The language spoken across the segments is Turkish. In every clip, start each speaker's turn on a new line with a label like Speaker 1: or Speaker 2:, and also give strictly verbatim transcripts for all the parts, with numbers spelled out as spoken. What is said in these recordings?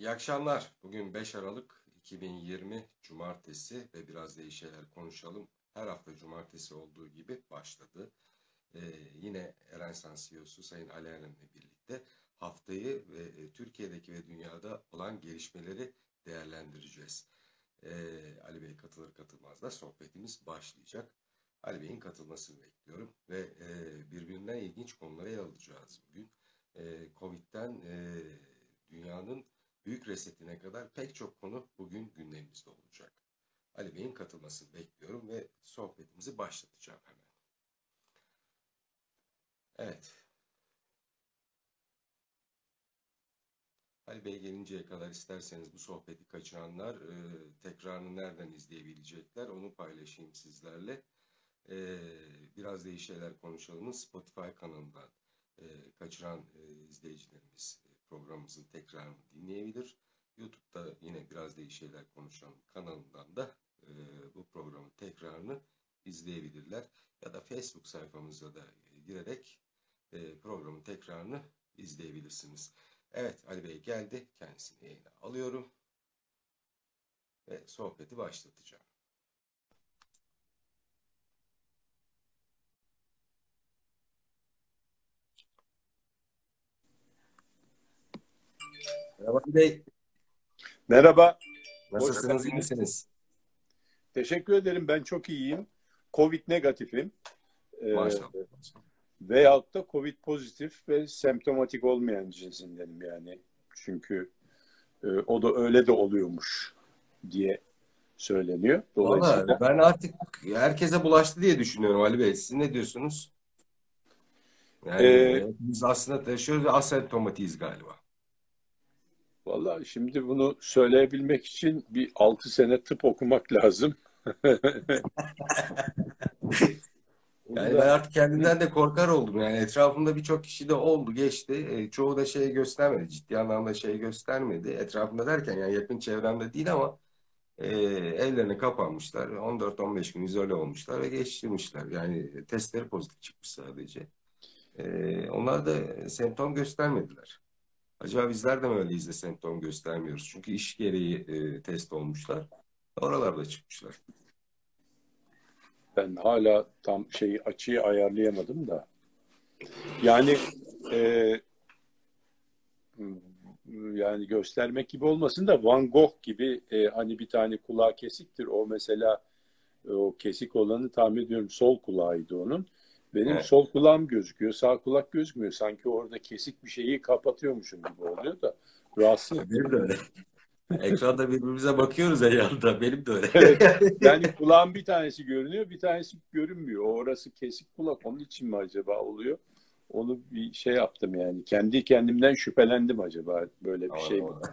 Speaker 1: İyi akşamlar. Bugün beş Aralık iki bin yirmi Cumartesi ve biraz değişik şeyler konuşalım. Her hafta Cumartesi olduğu gibi başladı. Ee, yine Erensan C E O'su Sayın Ali Eren'le birlikte haftayı ve e, Türkiye'deki ve dünyada olan gelişmeleri değerlendireceğiz. Ee, Ali Bey katılır katılmaz da sohbetimiz başlayacak. Ali Bey'in katılmasını bekliyorum ve e, birbirinden ilginç konulara yer alacağız bugün. E, Covid'den e, dünyanın büyük resetine kadar pek çok konu bugün gündemimizde olacak. Ali Bey'in katılmasını bekliyorum ve sohbetimizi başlatacağım hemen. Evet. Ali Bey gelinceye kadar isterseniz bu sohbeti kaçıranlar e, tekrarını nereden izleyebilecekler onu paylaşayım sizlerle. E, biraz değişik şeyler konuşalımın Spotify kanalından e, kaçıran e, izleyicilerimiz e, programımızın tekrarını dinleyebilir. YouTube'da yine biraz değişik şeyler konuşalım kanalından da e, bu programın tekrarını izleyebilirler. Ya da Facebook sayfamıza da girerek e, programın tekrarını izleyebilirsiniz. Evet, Ali Bey geldi. Kendisini yayına alıyorum. Ve sohbeti başlatacağım. Merhaba Ali Bey.
Speaker 2: Merhaba.
Speaker 1: Nasılsınız, iyi misiniz?
Speaker 2: Teşekkür ederim. Ben çok iyiyim. Covid negatifim. Ee,
Speaker 1: Maşallah.
Speaker 2: veyahut da Covid pozitif ve semptomatik olmayan cinsindenim yani. Çünkü e, o da öyle de oluyormuş diye söyleniyor. Dolayısıyla
Speaker 1: Vallahi ben artık herkese bulaştı diye düşünüyorum Ali Bey. Siz ne diyorsunuz? Yani
Speaker 2: e,
Speaker 1: e, biz aslında taşıyoruz ve asemptomatiyiz galiba.
Speaker 2: vallahi şimdi bunu söyleyebilmek için bir altı sene tıp okumak lazım. Onu
Speaker 1: Yani ben
Speaker 2: da
Speaker 1: artık kendimden de korkar oldum. Yani etrafımda birçok kişi de oldu, geçti. E, çoğu da şey göstermedi. Ciddi anlamda şey göstermedi. Etrafımda derken yani yakın çevremde değil ama e, evlerine kapanmışlar. on dört on beş gün izole olmuşlar ve geçirmişler. Yani testleri pozitif çıkmış sadece. E, onlar da semptom göstermediler. Acaba bizler de mi öyleyiz de semptom göstermiyoruz? Çünkü iş gereği e, test olmuşlar. Oralarda çıkmışlar.
Speaker 2: ben hala tam şeyi açıyı ayarlayamadım da. Yani e, yani göstermek gibi olmasın da Van Gogh gibi e, hani bir tane kulağı kesiktir. O mesela e, o kesik olanı tahmin ediyorum sol kulağıydı onun. Benim
Speaker 1: Evet.
Speaker 2: sol kulağım gözüküyor, sağ kulak gözükmüyor. Sanki orada kesik bir şeyi kapatıyormuşum gibi oluyor da rahatsız
Speaker 1: Benim
Speaker 2: ediyor.
Speaker 1: de öyle. Ekranda birbirimize bakıyoruz ya yanda. Benim de öyle.
Speaker 2: Evet. Yani kulağın bir tanesi görünüyor, bir tanesi görünmüyor. O orası kesik kulak. Onun için mi acaba oluyor? Onu bir şey yaptım yani. Kendi kendimden şüphelendim acaba böyle bir şey mi?
Speaker 1: Tamam.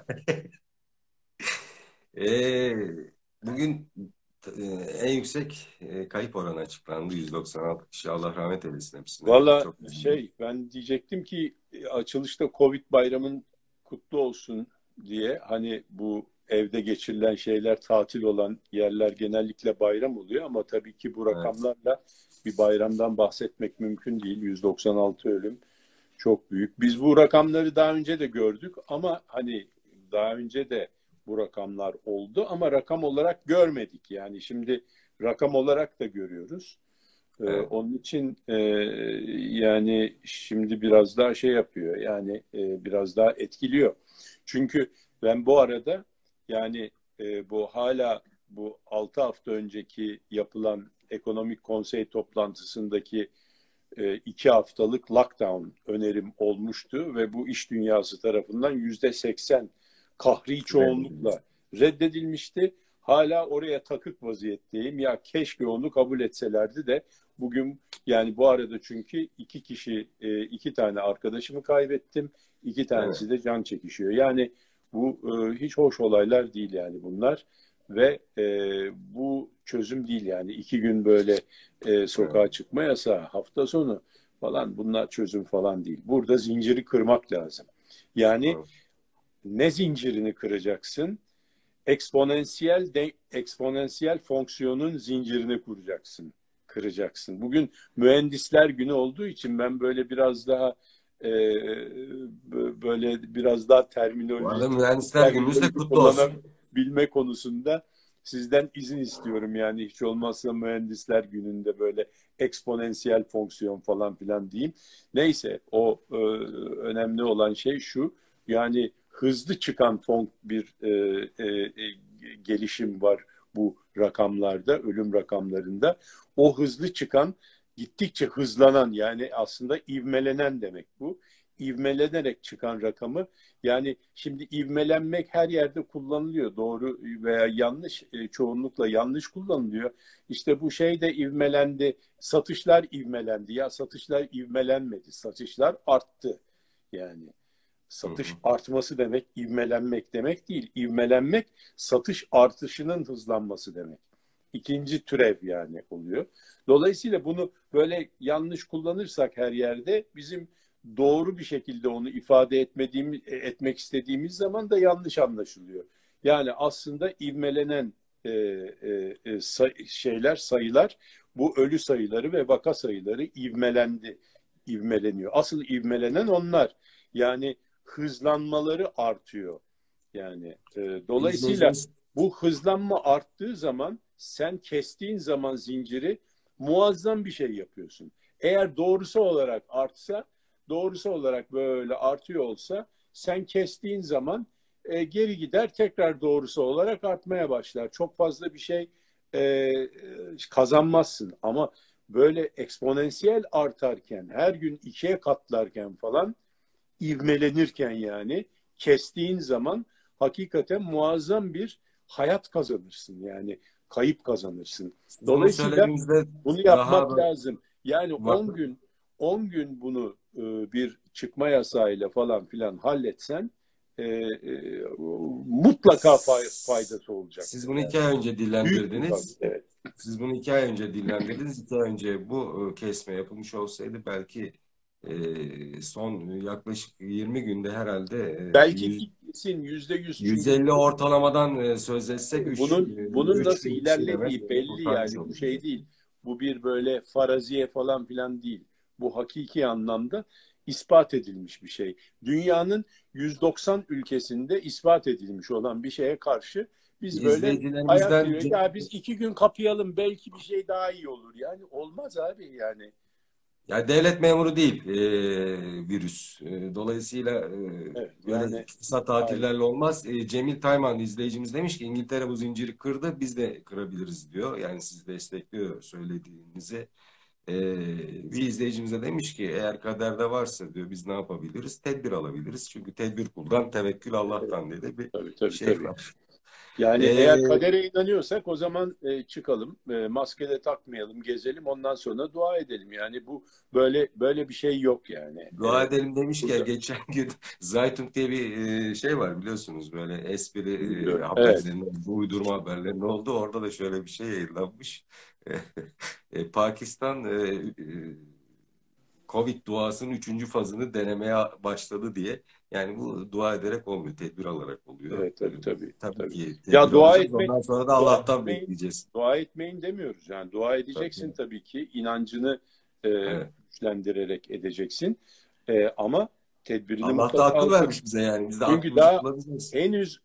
Speaker 1: Ee, bugün e, en yüksek e, kayıp oranı açıklandı. yüz doksan altı kişi. Allah rahmet eylesin hepsine.
Speaker 2: Valla
Speaker 1: Çok üzüldüm.
Speaker 2: şey ben diyecektim ki açılışta Covid bayramın kutlu olsun diye hani bu evde geçirilen şeyler tatil olan yerler genellikle bayram oluyor ama tabii ki bu
Speaker 1: Evet.
Speaker 2: rakamlarla bir bayramdan bahsetmek mümkün değil. yüz doksan altı ölüm çok büyük. Biz bu rakamları daha önce de gördük ama hani daha önce de bu rakamlar oldu ama rakam olarak görmedik. Yani şimdi rakam olarak da görüyoruz. Ee,
Speaker 1: Evet.
Speaker 2: onun için e, yani şimdi biraz daha şey yapıyor yani e, biraz daha etkiliyor. Çünkü ben bu arada yani e, bu hala bu altı hafta önceki yapılan ekonomik konsey toplantısındaki e, iki haftalık lockdown önerim olmuştu ve bu iş dünyası tarafından yüzde seksen kahri
Speaker 1: Reddedilmiş.
Speaker 2: çoğunlukla reddedilmişti. Hala oraya takık vaziyetteyim. Ya keşke onu kabul etselerdi de bugün yani bu arada çünkü iki kişi, e, iki tane arkadaşımı kaybettim. İki
Speaker 1: Evet.
Speaker 2: tanesi de can çekişiyor. Yani bu e, hiç hoş olaylar değil yani bunlar ve e, bu çözüm değil yani iki gün böyle e,
Speaker 1: Evet.
Speaker 2: sokağa çıkma yasağı hafta sonu falan bunlar çözüm falan değil. Burada zinciri kırmak lazım. Yani
Speaker 1: Evet.
Speaker 2: ne zincirini kıracaksın? Eksponansiyel de, eksponansiyel fonksiyonun zincirini kuracaksın, kıracaksın. Bugün mühendisler günü olduğu için ben böyle biraz daha e, böyle biraz daha
Speaker 1: Bu arada
Speaker 2: terminoloji
Speaker 1: Mühendisler Gününüz de
Speaker 2: terminoloji
Speaker 1: kutlu olsun.
Speaker 2: kullanabilme konusunda sizden izin istiyorum. Yani hiç olmazsa Mühendisler Günü'nde böyle eksponansiyel fonksiyon falan filan diyeyim. Neyse, o e, önemli olan şey şu. Yani hızlı çıkan fon bir e, e, e, gelişim var bu rakamlarda, ölüm rakamlarında. O hızlı çıkan, gittikçe hızlanan, yani aslında ivmelenen demek bu. İvmelenerek çıkan rakamı, yani şimdi ivmelenmek her yerde kullanılıyor. Doğru veya yanlış, e, çoğunlukla yanlış kullanılıyor. İşte bu şey de ivmelendi, satışlar ivmelendi. Ya satışlar ivmelenmedi, satışlar arttı. Yani
Speaker 1: Hı hı.
Speaker 2: satış artması demek ivmelenmek demek değil. İvmelenmek satış artışının hızlanması demek. İkinci türev yani oluyor. Dolayısıyla bunu böyle yanlış kullanırsak her yerde, bizim doğru bir şekilde onu ifade etmediğimiz, etmek istediğimiz zaman da yanlış anlaşılıyor. Yani aslında ivmelenen e, e, e, say, şeyler, sayılar, bu ölü sayıları ve vaka sayıları ivmelendi, ivmeleniyor. Asıl ivmelenen onlar. Yani hızlanmaları artıyor. Yani e, dolayısıyla
Speaker 1: İzleyicimiz
Speaker 2: bu hızlanma arttığı zaman, sen kestiğin zaman zinciri muazzam bir şey yapıyorsun. Eğer doğrusu olarak artsa, doğrusu olarak böyle artıyor olsa, sen kestiğin zaman e, geri gider, tekrar doğrusu olarak artmaya başlar. Çok fazla bir şey e, kazanmazsın. Ama böyle eksponansiyel artarken, her gün ikiye katlarken falan, ivmelenirken, yani kestiğin zaman hakikaten muazzam bir hayat kazanırsın. Yani kayıp kazanırsın.
Speaker 1: bunu
Speaker 2: Dolayısıyla
Speaker 1: söylediğinizde
Speaker 2: bunu
Speaker 1: daha
Speaker 2: yapmak
Speaker 1: böyle
Speaker 2: lazım. Yani
Speaker 1: vak-
Speaker 2: on gün on gün bunu e, bir çıkma yasağıyla falan filan halletsen, e, e, mutlaka fay- faydası
Speaker 1: siz
Speaker 2: olacaktır.
Speaker 1: bunu
Speaker 2: Yani
Speaker 1: iki ay önce
Speaker 2: büyük bir fayda.
Speaker 1: dillendirdiniz.
Speaker 2: Evet.
Speaker 1: Siz bunu iki ay önce dillendirdiniz. İki ay önce bu e, kesme yapılmış olsaydı belki e, son yaklaşık yirmi günde herhalde e,
Speaker 2: Belki
Speaker 1: yüz,
Speaker 2: değil, kesin yüzde yüz, çünkü
Speaker 1: yüz elli ortalamadan e, söz etsek üç
Speaker 2: bunun bunun nasıl
Speaker 1: bin kişi demek
Speaker 2: ilerlediği belli,
Speaker 1: kurtarmış
Speaker 2: yani bu
Speaker 1: olurdu.
Speaker 2: şey değil. Bu bir böyle faraziye falan filan değil. Bu hakiki anlamda ispat edilmiş bir şey. Dünyanın yüz doksan ülkesinde ispat edilmiş olan bir şeye karşı biz böyle ayak
Speaker 1: İzleyicilerimizden
Speaker 2: diyor ya, biz iki gün kapayalım, belki bir şey daha iyi olur. Yani olmaz abi yani.
Speaker 1: ya devlet memuru değil e, virüs. E, dolayısıyla e,
Speaker 2: Evet
Speaker 1: böyle
Speaker 2: yani
Speaker 1: kısa
Speaker 2: aynen.
Speaker 1: tatillerle olmaz. E, Cemil Tayman izleyicimiz demiş ki İngiltere bu zinciri kırdı, biz de kırabiliriz diyor. Yani sizi destekliyor söylediğinizi. E, bir izleyicimiz de demiş ki eğer kaderde varsa diyor biz ne yapabiliriz? Tedbir alabiliriz. Çünkü tedbir kuldan, tevekkül
Speaker 2: Evet,
Speaker 1: Allah'tan diye de bir
Speaker 2: tabii tabii
Speaker 1: şey
Speaker 2: tabii.
Speaker 1: var.
Speaker 2: Yani
Speaker 1: E,
Speaker 2: eğer kadere inanıyorsak, o zaman e, çıkalım, e, maske de takmayalım, gezelim, ondan sonra dua edelim. Yani bu böyle böyle bir şey yok yani.
Speaker 1: Dua
Speaker 2: E,
Speaker 1: edelim demişken
Speaker 2: burada
Speaker 1: geçen gün Zaytung diye bir e, şey var biliyorsunuz böyle espri e,
Speaker 2: biliyorum. Evet.
Speaker 1: haberlerinin, bu uydurma haberlerinin oldu. Orada da şöyle bir şey yayınlanmış. E, Pakistan e, e, Covid duasının üçüncü fazını denemeye başladı diye. Yani bu dua ederek olmuyor, tedbir alarak oluyor.
Speaker 2: Evet
Speaker 1: E,
Speaker 2: tabii tabii
Speaker 1: tabii
Speaker 2: tabii.
Speaker 1: ki tedbir
Speaker 2: Ya dua
Speaker 1: alacağız.
Speaker 2: etme
Speaker 1: Ondan sonra da
Speaker 2: dua
Speaker 1: Allah'tan
Speaker 2: etmeyin
Speaker 1: bekleyeceğiz.
Speaker 2: dua etmeyin demiyoruz. Yani dua edeceksin
Speaker 1: Tabii.
Speaker 2: tabii ki, inancını e,
Speaker 1: Evet.
Speaker 2: güçlendirerek edeceksin. E, ama tedbirini
Speaker 1: Allah da
Speaker 2: mutlaka
Speaker 1: akıl
Speaker 2: alacaksın.
Speaker 1: vermiş bize yani. Biz de
Speaker 2: Çünkü
Speaker 1: aklımızı
Speaker 2: daha
Speaker 1: kullanacağız.
Speaker 2: henüz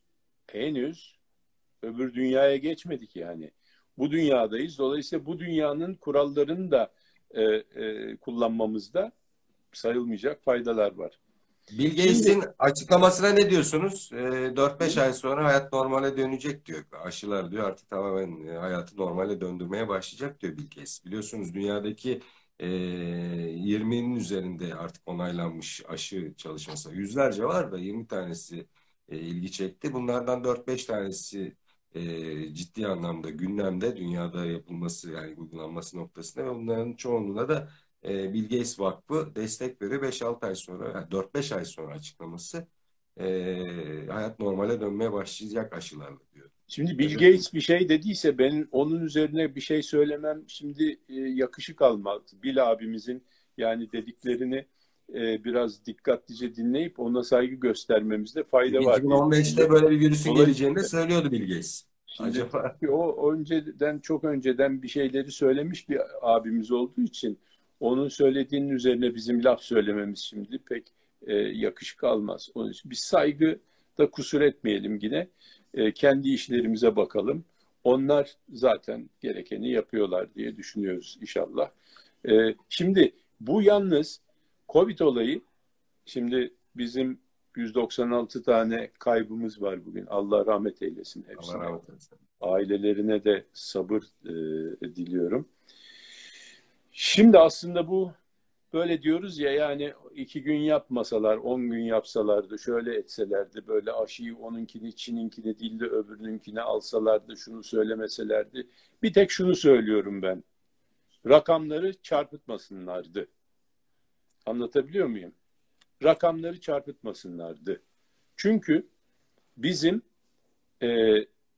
Speaker 2: henüz öbür dünyaya geçmedik yani. Bu dünyadayız. Dolayısıyla bu dünyanın kurallarını da e, e, kullanmamızda sayılmayacak faydalar var.
Speaker 1: Bill
Speaker 2: Şimdi
Speaker 1: Gates'in açıklamasına ne diyorsunuz? E, dört beş
Speaker 2: hı,
Speaker 1: ay sonra hayat normale dönecek diyor. Aşılar diyor artık tamamen e, hayatı normale döndürmeye başlayacak diyor Bill Gates. Biliyorsunuz dünyadaki e, yirminin üzerinde artık onaylanmış aşı çalışması. Yüzlerce var da yirmi tanesi e, ilgi çekti. Bunlardan dört beş tanesi e, ciddi anlamda gündemde dünyada yapılması yani uygulanması noktasında ve bunların çoğunluğuna da e, Bill Gates Vakfı destek veriyor. beş altı ay sonra, yani dört beş ay sonra açıklaması e, hayat normale dönmeye başlayacak aşılarla diyor.
Speaker 2: şimdi Bill
Speaker 1: Ne diyorsun?
Speaker 2: Gates bir şey dediyse, ben onun üzerine bir şey söylemem şimdi e, yakışık almaz. Bill abimizin yani dediklerini e, biraz dikkatlice dinleyip ona saygı göstermemizde fayda
Speaker 1: Çünkü
Speaker 2: var diye
Speaker 1: iki bin on beşte
Speaker 2: düşünüyorum.
Speaker 1: böyle bir virüsün geleceğini de
Speaker 2: Dolayısıyla
Speaker 1: söylüyordu Bill Gates.
Speaker 2: şimdi
Speaker 1: Acaba
Speaker 2: tabii ki o önceden, çok önceden bir şeyleri söylemiş bir abimiz olduğu için onun söylediğinin üzerine bizim laf söylememiz şimdi pek e, yakışık almaz. Onun için biz saygı da kusur etmeyelim yine. E, kendi işlerimize bakalım. Onlar zaten gerekeni yapıyorlar diye düşünüyoruz inşallah. E, şimdi bu yalnız Covid olayı, şimdi bizim yüz doksan altı tane kaybımız var bugün. Allah rahmet eylesin hepsine.
Speaker 1: Allah rahmet eylesin.
Speaker 2: Ailelerine de sabır e, diliyorum. Şimdi aslında bu böyle diyoruz ya, yani iki gün yapmasalar, on gün yapsalardı, şöyle etselerdi, böyle aşıyı onunkini, Çin'inkini değil de öbürününkini alsalardı, şunu söylemeselerdi. Bir tek şunu söylüyorum ben. Rakamları çarpıtmasınlardı. Anlatabiliyor muyum? Rakamları çarpıtmasınlardı. Çünkü bizim e,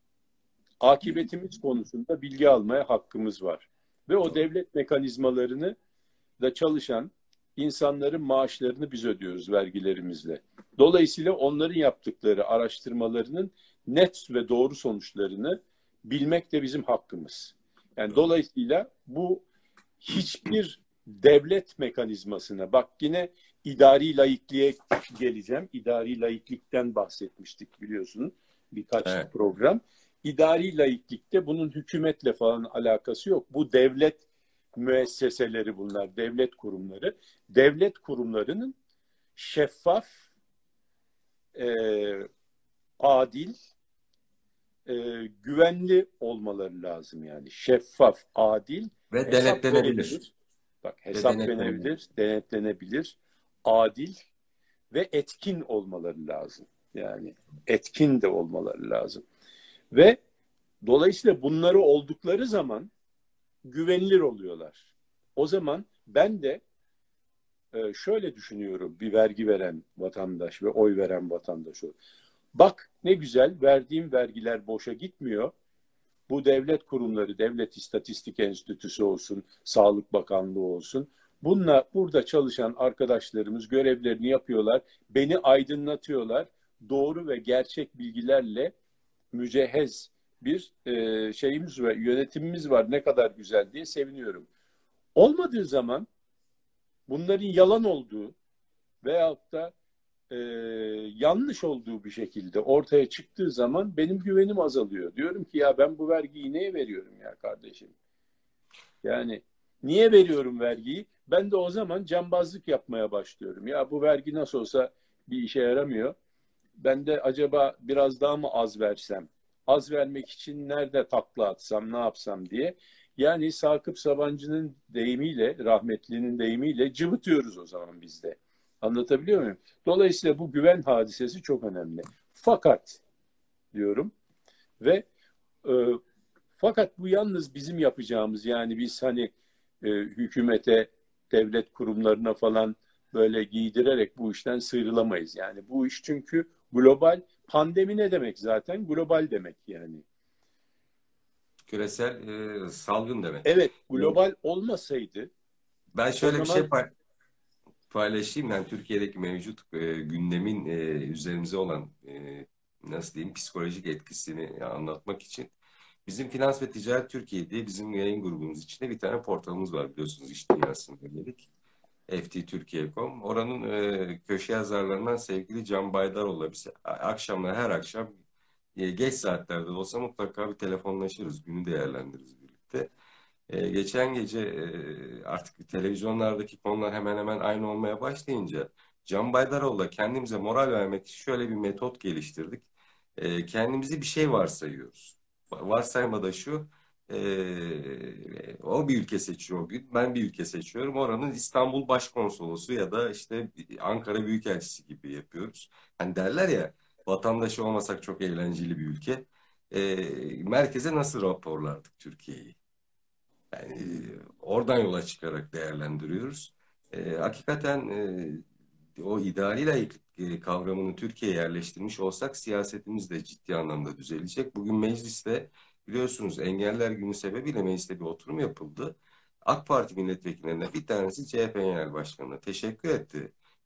Speaker 2: akıbetimiz konusunda bilgi almaya hakkımız var. Ve o devlet mekanizmalarını da çalışan insanların maaşlarını biz ödüyoruz vergilerimizle. Dolayısıyla onların yaptıkları araştırmalarının net ve doğru sonuçlarını bilmek de bizim hakkımız. Yani dolayısıyla bu hiçbir devlet mekanizmasına, bak yine idari laikliğe geleceğim. İdari laiklikten bahsetmiştik biliyorsun birkaç evet. program. İdari laiklikte bunun hükümetle falan alakası yok. Bu devlet müesseseleri bunlar, devlet kurumları. Devlet kurumlarının şeffaf, e, adil, e, güvenli olmaları lazım yani. Şeffaf, adil,
Speaker 1: ve denetlenebilir.
Speaker 2: Bak hesap verebilir, denetlenebilir, adil ve etkin olmaları lazım. Yani etkin de olmaları lazım. Ve dolayısıyla bunları oldukları zaman güvenilir oluyorlar. O zaman ben de e, şöyle düşünüyorum, bir vergi veren vatandaş ve oy veren vatandaş. Bak ne güzel, verdiğim vergiler boşa gitmiyor. Bu devlet kurumları, Devlet İstatistik Enstitüsü olsun, Sağlık Bakanlığı olsun. Bununla burada çalışan arkadaşlarımız görevlerini yapıyorlar. Beni aydınlatıyorlar. Doğru ve gerçek bilgilerle mücehhez bir e, şeyimiz ve yönetimimiz var. Ne kadar güzel diye seviniyorum. Olmadığı zaman bunların yalan olduğu veyahut da e, yanlış olduğu bir şekilde ortaya çıktığı zaman benim güvenim azalıyor. Diyorum ki ya ben bu vergiyi neye veriyorum ya kardeşim? Yani niye veriyorum vergiyi? Ben de o zaman cambazlık yapmaya başlıyorum. Ya bu vergi nasıl olsa bir işe yaramıyor. Ben de acaba biraz daha mı az versem? Az vermek için nerede takla atsam, ne yapsam diye. Yani Sakıp Sabancı'nın deyimiyle, rahmetlinin deyimiyle cıvıtıyoruz o zaman biz de. Anlatabiliyor muyum? Dolayısıyla bu güven hadisesi çok önemli. Fakat diyorum ve e, fakat bu yalnız bizim yapacağımız, yani biz hani e, hükümete, devlet kurumlarına falan böyle giydirerek bu işten sıyrılamayız. Yani bu iş çünkü global. Pandemi ne demek zaten? Global demek yani.
Speaker 1: Küresel e, salgın demek.
Speaker 2: Evet, global olmasaydı
Speaker 1: ben şöyle
Speaker 2: zaman...
Speaker 1: bir şey pay paylaşayım. Yani Türkiye'deki mevcut e, gündemin e, üzerimize olan e, nasıl diyeyim psikolojik etkisini anlatmak için bizim Finans ve Ticaret Türkiye diye bizim yayın grubumuz içinde bir tane portalımız var biliyorsunuz, iş dünyasına yönelik. F T Türkiye nokta com. Oranın e, köşe yazarlarından sevgili Can Baydaroğlu'la biz akşamlar her akşam e, geç saatlerde de olsa mutlaka bir telefonlaşırız. Günü değerlendiririz birlikte. E, geçen gece e, artık televizyonlardaki konular hemen hemen aynı olmaya başlayınca Can Baydaroğlu'la kendimize moral vermek için şöyle bir metot geliştirdik. E, kendimizi bir şey varsayıyoruz. Varsayma da şu: Ee, o bir ülke seçiyor o gün. Ben bir ülke seçiyorum. Oranın İstanbul Başkonsolosu ya da işte Ankara Büyükelçisi gibi yapıyoruz. Hani derler ya, vatandaşı olmasak çok eğlenceli bir ülke. Ee, merkeze nasıl raporlardık Türkiye'yi? Yani oradan yola çıkarak değerlendiriyoruz. Ee, hakikaten e, o idari layıklık e, kavramını Türkiye'ye yerleştirmiş olsak siyasetimiz de ciddi anlamda düzelecek. Bugün mecliste biliyorsunuz Engeller Günü sebebiyle mecliste bir oturum yapıldı. AK Parti milletvekillerinden bir tanesi C H P Genel Başkanı'na teşekkür etti.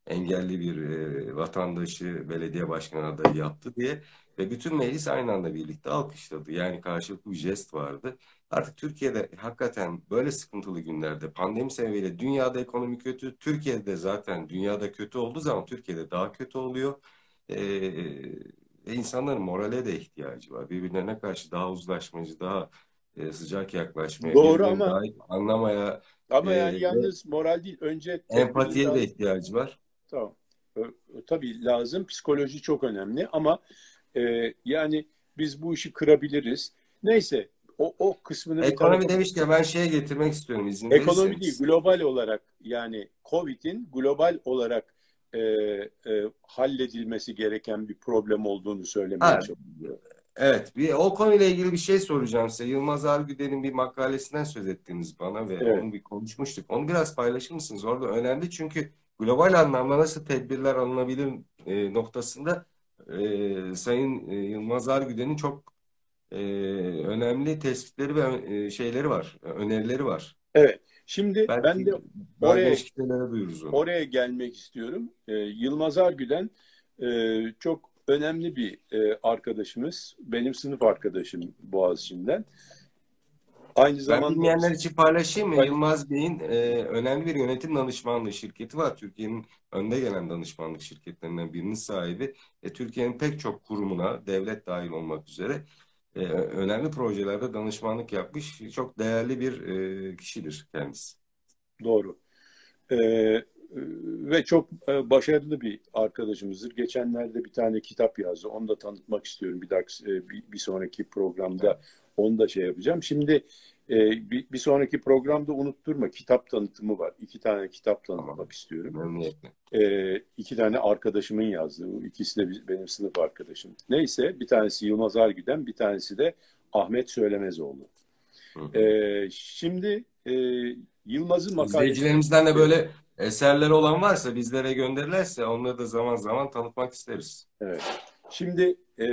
Speaker 1: engelli bir e, vatandaşı belediye başkanı adayı yaptı diye ve bütün meclis aynı anda birlikte alkışladı. Yani karşılıklı bir jest vardı. Artık Türkiye'de hakikaten böyle sıkıntılı günlerde pandemi sebebiyle dünyada ekonomi kötü, Türkiye'de zaten dünyada kötü olduğu zaman Türkiye'de daha kötü oluyor. E, ve insanların morale de ihtiyacı var. Birbirlerine karşı daha uzlaşmacı, daha e, sıcak yaklaşmaya,
Speaker 2: Doğru
Speaker 1: birbirini
Speaker 2: ama
Speaker 1: daha iyi anlamaya e,
Speaker 2: ama yani
Speaker 1: ve
Speaker 2: yalnız moral değil. Önce tedbirleri
Speaker 1: empatiye de
Speaker 2: alıp
Speaker 1: ihtiyacı var.
Speaker 2: tamam. Ö- Tabii lazım. Psikoloji çok önemli ama e, yani biz bu işi kırabiliriz. Neyse o, o kısmını bir
Speaker 1: Ekonomi
Speaker 2: tarafa.
Speaker 1: demişken ben şeye getirmek istiyorum izin
Speaker 2: Ekonomi değil,
Speaker 1: verirseniz.
Speaker 2: global olarak yani Covid'in global olarak e, e, halledilmesi gereken bir problem olduğunu söylemeye
Speaker 1: Ha,
Speaker 2: çalışıyorum.
Speaker 1: evet, bir o konuyla ilgili bir şey soracağım size. Yılmaz Arguden'in bir makalesinden söz ettiniz bana ve
Speaker 2: Evet,
Speaker 1: onu bir konuşmuştuk. Onu biraz paylaşır mısınız? Orada önemli çünkü global anlamda nasıl tedbirler alınabilir e, noktasında e, Sayın e, Yılmaz Arguden'in çok e, önemli tespitleri ve e, şeyleri var, önerileri var.
Speaker 2: evet. Şimdi ben
Speaker 1: Belki
Speaker 2: de
Speaker 1: daha
Speaker 2: oraya
Speaker 1: geniş kitlelere duyururuz onu.
Speaker 2: oraya gelmek istiyorum. E, Yılmaz Arguden e, çok önemli bir e, arkadaşımız. Benim sınıf arkadaşım Boğaziçi'nden. Aynı
Speaker 1: Ben
Speaker 2: zamanda
Speaker 1: bilmeyenler için paylaşayım mı?
Speaker 2: paylaş.
Speaker 1: Yılmaz Bey'in e, önemli bir yönetim danışmanlığı şirketi var. Türkiye'nin önde gelen danışmanlık şirketlerinden birinin sahibi. E, Türkiye'nin pek çok kurumuna, devlet dahil olmak üzere e, önemli projelerde danışmanlık yapmış. Çok değerli bir e, kişidir kendisi.
Speaker 2: Doğru. Ee, ve çok e, başarılı bir arkadaşımızdır. Geçenlerde bir tane kitap yazdı. Onu da tanıtmak istiyorum. Bir dahaki, e, bir, bir sonraki
Speaker 1: Evet,
Speaker 2: programda onu da şey yapacağım. Şimdi e, bir, bir sonraki programda unutturma. Kitap tanıtımı var. İki tane kitap
Speaker 1: tamam.
Speaker 2: tanıtmak istiyorum.
Speaker 1: Memnuniyetle.
Speaker 2: E, iki tane arkadaşımın yazdığı. Bu İkisi de benim sınıf arkadaşım. Neyse bir tanesi Yılmaz Arguden, bir tanesi de Ahmet Söylemezoğlu.
Speaker 1: Hı hı.
Speaker 2: E, şimdi e, Yılmaz'ın makalesi.
Speaker 1: İzleyicilerimizden de böyle eserleri olan varsa bizlere gönderirlerse onları da zaman zaman tanıtmak isteriz.
Speaker 2: Evet. Şimdi e,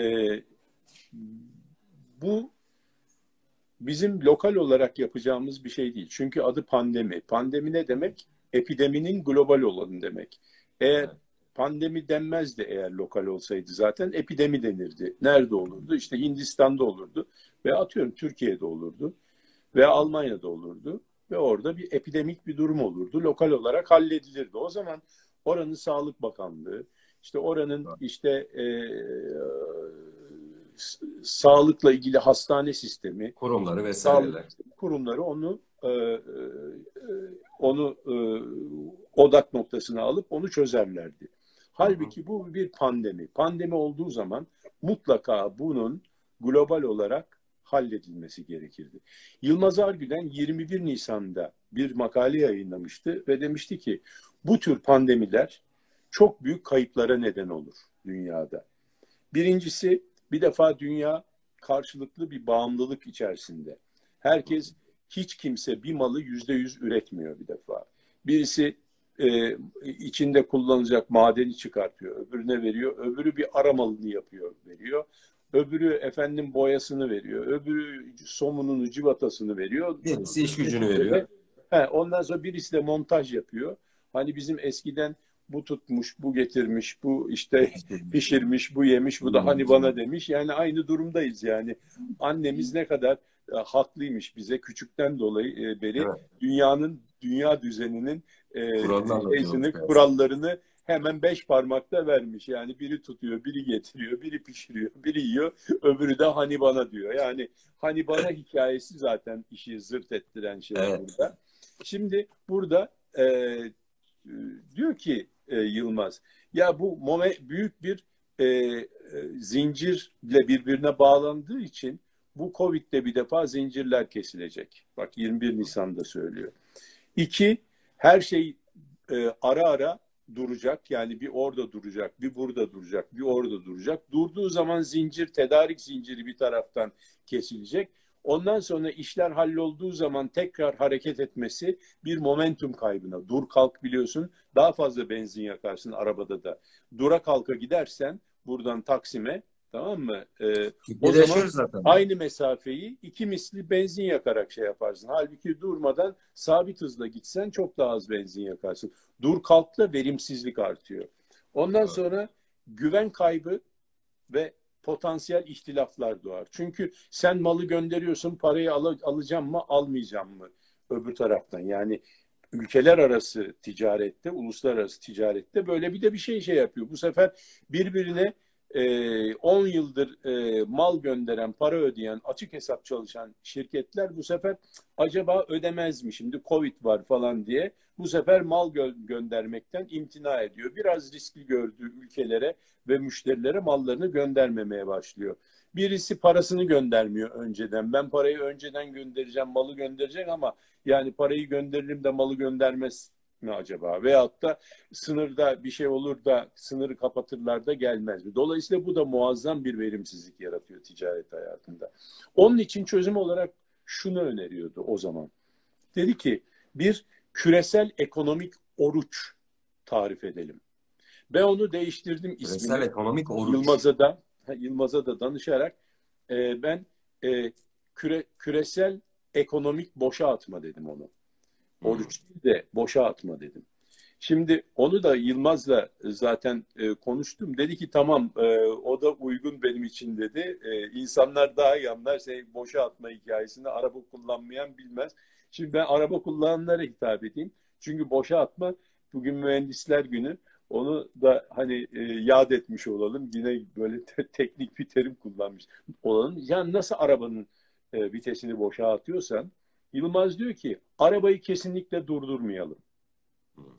Speaker 2: bu bizim lokal olarak yapacağımız bir şey değil. Çünkü adı pandemi. Pandemi ne demek? Epideminin global olanı demek. Eğer
Speaker 1: Evet.
Speaker 2: pandemi denmezdi eğer lokal olsaydı zaten epidemi denirdi. Nerede olurdu? İşte Hindistan'da olurdu ve atıyorum Türkiye'de olurdu ve Almanya'da olurdu ve orada bir epidemik bir durum olurdu. Lokal olarak halledilirdi. O zaman oranın Sağlık Bakanlığı, işte oranın işte e, sağlıkla ilgili hastane sistemi,
Speaker 1: Kurumları
Speaker 2: sağlık
Speaker 1: vesaireler.
Speaker 2: kurumları onu e, e, onu e, odak noktasına alıp onu çözerlerdi.
Speaker 1: Hı hı.
Speaker 2: Halbuki bu bir pandemi. Pandemi olduğu zaman mutlaka bunun global olarak halledilmesi gerekirdi. Yılmaz Arguden yirmi bir Nisan'da bir makale yayınlamıştı ve demişti ki bu tür pandemiler çok büyük kayıplara neden olur dünyada. Birincisi bir defa dünya karşılıklı bir bağımlılık içerisinde. Herkes, hiç kimse bir malı yüzde yüz üretmiyor bir defa. Birisi e, içinde kullanılacak madeni çıkartıyor, öbürüne veriyor, öbürü bir ara malını yapıyor, veriyor. Öbürü efendim boyasını veriyor, öbürü somununu, civatasını veriyor.
Speaker 1: Birisi iş gücünü
Speaker 2: Neticede
Speaker 1: veriyor.
Speaker 2: he, ondan sonra birisi de montaj yapıyor. Hani bizim eskiden bu tutmuş, bu getirmiş, bu işte pişirmiş, bu yemiş, bu da hani bana demiş. Yani aynı durumdayız yani. Annemiz ne kadar e, haklıymış bize küçükten dolayı e, beri
Speaker 1: Evet.
Speaker 2: dünyanın, dünya düzeninin e,
Speaker 1: Kuralını
Speaker 2: şeysini,
Speaker 1: anlatıyorduk her zaman.
Speaker 2: kurallarını hemen beş parmakta vermiş. Yani biri tutuyor, biri getiriyor, biri pişiriyor, biri yiyor, öbürü de hani bana diyor. Yani hani bana hikayesi zaten işi zırt ettiren şey
Speaker 1: Evet.
Speaker 2: burada. Şimdi burada e, diyor ki e, Yılmaz, ya bu mome büyük bir e, e, zincirle birbirine bağlandığı için bu Covid'de bir defa zincirler kesilecek. Bak yirmi bir Nisan'da söylüyor. İki, her şey e, ara ara duracak. Yani bir orada duracak, bir burada duracak, bir orada duracak. Durduğu zaman zincir, tedarik zinciri bir taraftan kesilecek. Ondan sonra işler hallolduğu zaman tekrar hareket etmesi bir momentum kaybına. Dur kalk biliyorsun, daha fazla benzin yakarsın arabada da. Dura kalka gidersen buradan Taksim'e Tamam mı? Ee, o
Speaker 1: Türkiye'de
Speaker 2: zaman
Speaker 1: yaşıyoruz zaten.
Speaker 2: aynı mesafeyi iki misli benzin yakarak şey yaparsın. Halbuki durmadan sabit hızla gitsen çok daha az benzin yakarsın. Dur kalkla verimsizlik artıyor. Ondan
Speaker 1: Evet.
Speaker 2: sonra güven kaybı ve potansiyel ihtilaflar doğar. Çünkü sen malı gönderiyorsun, parayı al alacağım mı, almayacağım mı öbür taraftan. Yani ülkeler arası ticarette, uluslararası ticarette böyle bir de bir şey şey yapıyor. Bu sefer birbirine e, on yıldır e, mal gönderen, para ödeyen, açık hesap çalışan şirketler bu sefer acaba ödemez mi? Şimdi Covid var falan diye bu sefer mal gö göndermekten imtina ediyor. Biraz riskli gördüğü ülkelere ve müşterilere mallarını göndermemeye başlıyor. Birisi parasını göndermiyor önceden. Ben parayı önceden göndereceğim, malı gönderecek ama yani parayı gönderirim de malı göndermez mi acaba? Veyahut da sınırda bir şey olur da sınırı kapatırlar da gelmez mi? Dolayısıyla bu da muazzam bir verimsizlik yaratıyor ticaret hayatında. Onun için çözüm olarak şunu öneriyordu o zaman. Dedi ki bir küresel ekonomik oruç tarif edelim. Ben onu değiştirdim
Speaker 1: Küresel
Speaker 2: ismini.
Speaker 1: ekonomik oruç.
Speaker 2: Yılmaz'a da Yılmaz'a da danışarak e, ben e, küre, küresel ekonomik boşa atma dedim onu.
Speaker 1: Hmm.
Speaker 2: Oruç değil de boşa atma dedim. Şimdi onu da Yılmaz'la zaten e, konuştum. Dedi ki tamam e, o da uygun benim için dedi. E, insanlar daha iyi anlar. Şey, boşa atma hikayesini araba kullanmayan bilmez. Şimdi ben araba kullananlara hitap edeyim. Çünkü boşa atma bugün mühendisler günü. Onu da hani e, yad etmiş olalım. Yine böyle te- teknik bir terim kullanmış olalım. Yani nasıl arabanın e, vitesini boşa atıyorsan Yılmaz diyor ki arabayı kesinlikle durdurmayalım.
Speaker 1: Hmm.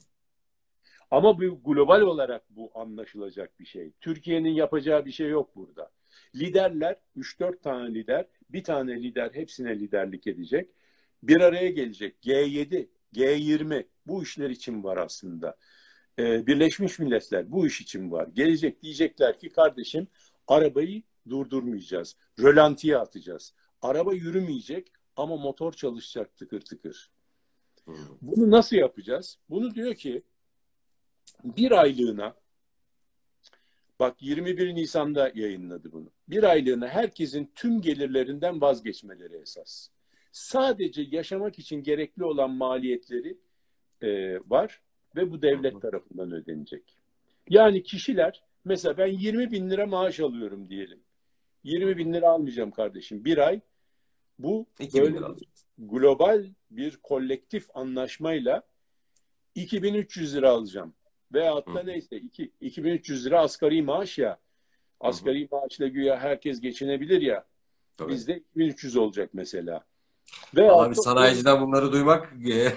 Speaker 2: Ama bu global olarak bu anlaşılacak bir şey. Türkiye'nin yapacağı bir şey yok burada. Liderler, üç dört tane lider, bir tane lider hepsine liderlik edecek. Bir araya gelecek. G yedi, G yirmi bu işler için var aslında. Ee, Birleşmiş Milletler bu iş için var. Gelecek diyecekler ki kardeşim arabayı durdurmayacağız. Rölantiye atacağız. Araba yürümeyecek ama motor çalışacak tıkır tıkır.
Speaker 1: Hmm.
Speaker 2: Bunu nasıl yapacağız? Bunu diyor ki bir aylığına bak yirmi bir Nisan'da yayınladı bunu. Bir aylığına herkesin tüm gelirlerinden vazgeçmeleri esas. Sadece yaşamak için gerekli olan maliyetleri e, var ve bu devlet
Speaker 1: Hmm.
Speaker 2: tarafından ödenecek. Yani kişiler mesela ben yirmi bin lira maaş alıyorum diyelim. yirmi bin lira almayacağım kardeşim. Bir ay bu
Speaker 1: iki bin
Speaker 2: böyle
Speaker 1: lira
Speaker 2: bir
Speaker 1: alacağız.
Speaker 2: global bir kolektif anlaşmayla iki bin üç yüz lira alacağım. Veyahut
Speaker 1: Hı
Speaker 2: da
Speaker 1: hı.
Speaker 2: neyse iki, iki bin üç yüz lira asgari maaş ya.
Speaker 1: Hı hı.
Speaker 2: Asgari maaşla güya herkes geçinebilir ya.
Speaker 1: Tabii.
Speaker 2: Bizde iki bin üç yüz olacak mesela.
Speaker 1: Vallahi bir
Speaker 2: Veyahut da on
Speaker 1: sanayiciden bunları duymak e,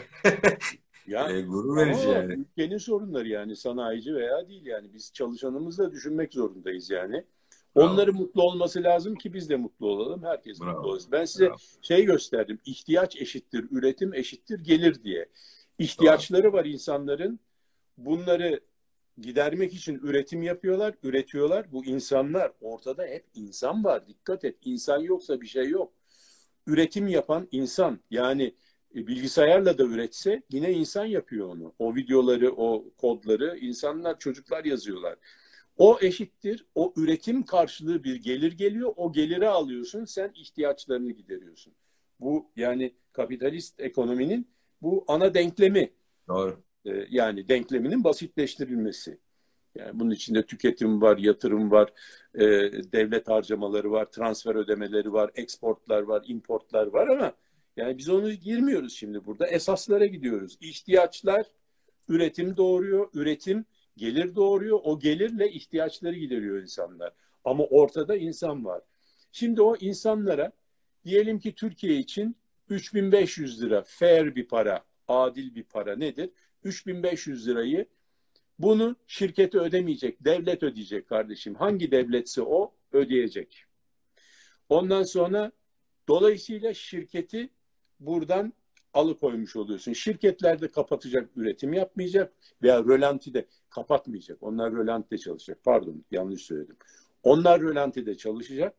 Speaker 2: ya
Speaker 1: e, gurur verici
Speaker 2: ama
Speaker 1: yani.
Speaker 2: ülkenin sorunları yani sanayici veya değil yani biz çalışanımızı da düşünmek zorundayız yani.
Speaker 1: Bravo.
Speaker 2: Onların mutlu olması lazım ki biz de mutlu olalım. Herkes mutlu
Speaker 1: Bravo.
Speaker 2: olsun. Ben size
Speaker 1: Bravo.
Speaker 2: şey gösterdim. İhtiyaç eşittir, üretim eşittir gelir diye.
Speaker 1: Doğru.
Speaker 2: İhtiyaçları var insanların. Bunları gidermek için üretim yapıyorlar, üretiyorlar. Bu insanlar ortada hep insan var. Dikkat et. İnsan yoksa bir şey yok. Üretim yapan insan yani e, bilgisayarla da üretse yine insan yapıyor onu. O videoları, o kodları insanlar, çocuklar yazıyorlar. O eşittir. O üretim karşılığı bir gelir geliyor. O geliri alıyorsun. Sen ihtiyaçlarını gideriyorsun. Bu yani kapitalist ekonominin bu ana denklemi.
Speaker 1: Doğru.
Speaker 2: E, yani denkleminin basitleştirilmesi. Yani bunun içinde tüketim var, yatırım var, e, devlet harcamaları var, transfer ödemeleri var, eksportlar var, importlar var ama yani biz onu girmiyoruz şimdi burada. Esaslara gidiyoruz. İhtiyaçlar üretim doğuruyor, üretim gelir doğuruyor. O gelirle ihtiyaçları gideriyor insanlar. Ama ortada insan var. Şimdi o insanlara diyelim ki Türkiye için üç bin beş yüz lira fair bir para, adil bir para nedir? üç bin beş yüz lirayı bunu şirkete ödemeyecek, devlet ödeyecek kardeşim. Hangi devletse o ödeyecek. Ondan sonra dolayısıyla şirketi buradan alıkoymuş oluyorsun. Şirketler de kapatacak, üretim yapmayacak veya rölantide kapatmayacak. Onlar rölantide çalışacak. Pardon, yanlış söyledim. Onlar rölantide çalışacak.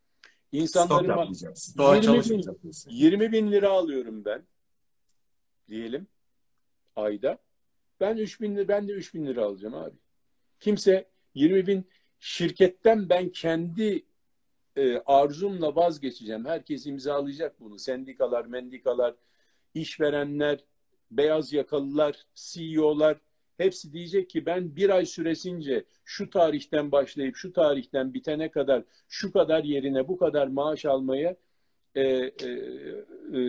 Speaker 1: Stok
Speaker 2: İnsanların
Speaker 1: yapmayacağız. Stoğa
Speaker 2: yirmi bin,
Speaker 1: çalışmayacak diyorsun.
Speaker 2: yirmi bin lira alıyorum ben diyelim ayda. Ben üç bin, ben de üç bin lira alacağım abi. Kimse yirmi bin şirketten ben kendi e, arzumla vazgeçeceğim. Herkes imzalayacak bunu. Sendikalar, mendikalar, işverenler, beyaz yakalılar, C E O'lar hepsi diyecek ki ben bir ay süresince şu tarihten başlayıp şu tarihten bitene kadar şu kadar yerine bu kadar maaş almaya e, e, e,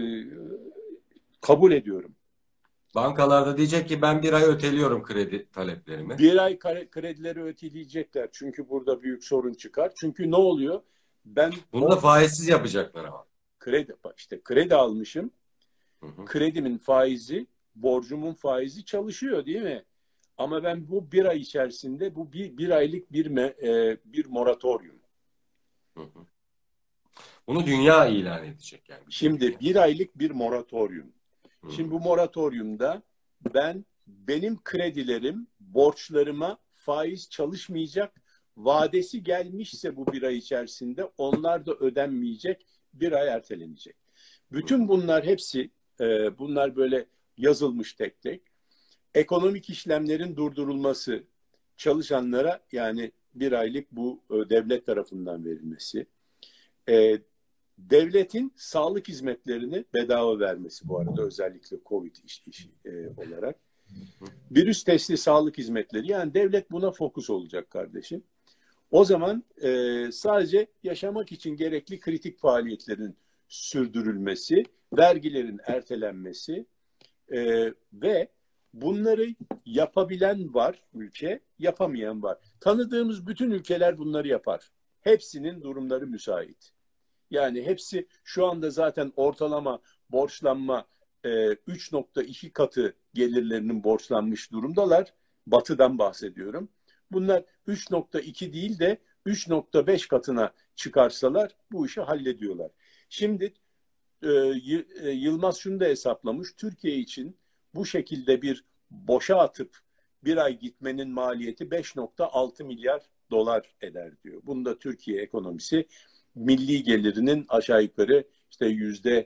Speaker 2: kabul ediyorum.
Speaker 1: Bankalarda diyecek ki ben bir ay öteliyorum kredi taleplerimi.
Speaker 2: Bir ay kredileri öteleyecekler. Çünkü burada büyük sorun çıkar. Çünkü ne oluyor? Ben
Speaker 1: Bunu da faizsiz yapacaklar ama.
Speaker 2: Kredi, işte kredi almışım.
Speaker 1: Hı hı.
Speaker 2: Kredimin faizi, borcumun faizi çalışıyor değil mi? Ama ben bu bir ay içerisinde bu bir, bir aylık bir me, e, bir moratorium.
Speaker 1: Hı hı. Bunu dünya ilan edecek yani.
Speaker 2: Şimdi
Speaker 1: dünya.
Speaker 2: bir aylık bir moratorium.
Speaker 1: Hı.
Speaker 2: Şimdi bu moratoriumda ben benim kredilerim, borçlarıma faiz çalışmayacak. Vadesi gelmişse bu bir ay içerisinde onlar da ödenmeyecek. Bir ay ertelenecek. Bütün bunlar hepsi e, bunlar böyle yazılmış tek tek. Ekonomik işlemlerin durdurulması, çalışanlara yani bir aylık bu e, devlet tarafından verilmesi, e, devletin sağlık hizmetlerini bedava vermesi bu arada özellikle Covid iş, iş, e, olarak. Virüs testi sağlık hizmetleri yani devlet buna fokus olacak kardeşim. O zaman e, sadece yaşamak için gerekli kritik faaliyetlerin sürdürülmesi, vergilerin ertelenmesi e, ve bunları yapabilen var ülke, yapamayan var. Tanıdığımız bütün ülkeler bunları yapar. Hepsinin durumları müsait. Yani hepsi şu anda zaten ortalama borçlanma e, üç nokta iki katı gelirlerinin borçlanmış durumdalar. Batı'dan bahsediyorum. Bunlar üç nokta iki değil de üç nokta beş katına çıkarsalar bu işi hallediyorlar. Şimdi e, Yılmaz şunu da hesaplamış. Türkiye için bu şekilde bir boşa atıp bir ay gitmenin maliyeti beş nokta altı milyar dolar eder diyor. Bunda Türkiye ekonomisi milli gelirinin aşağı yukarı işte yüzde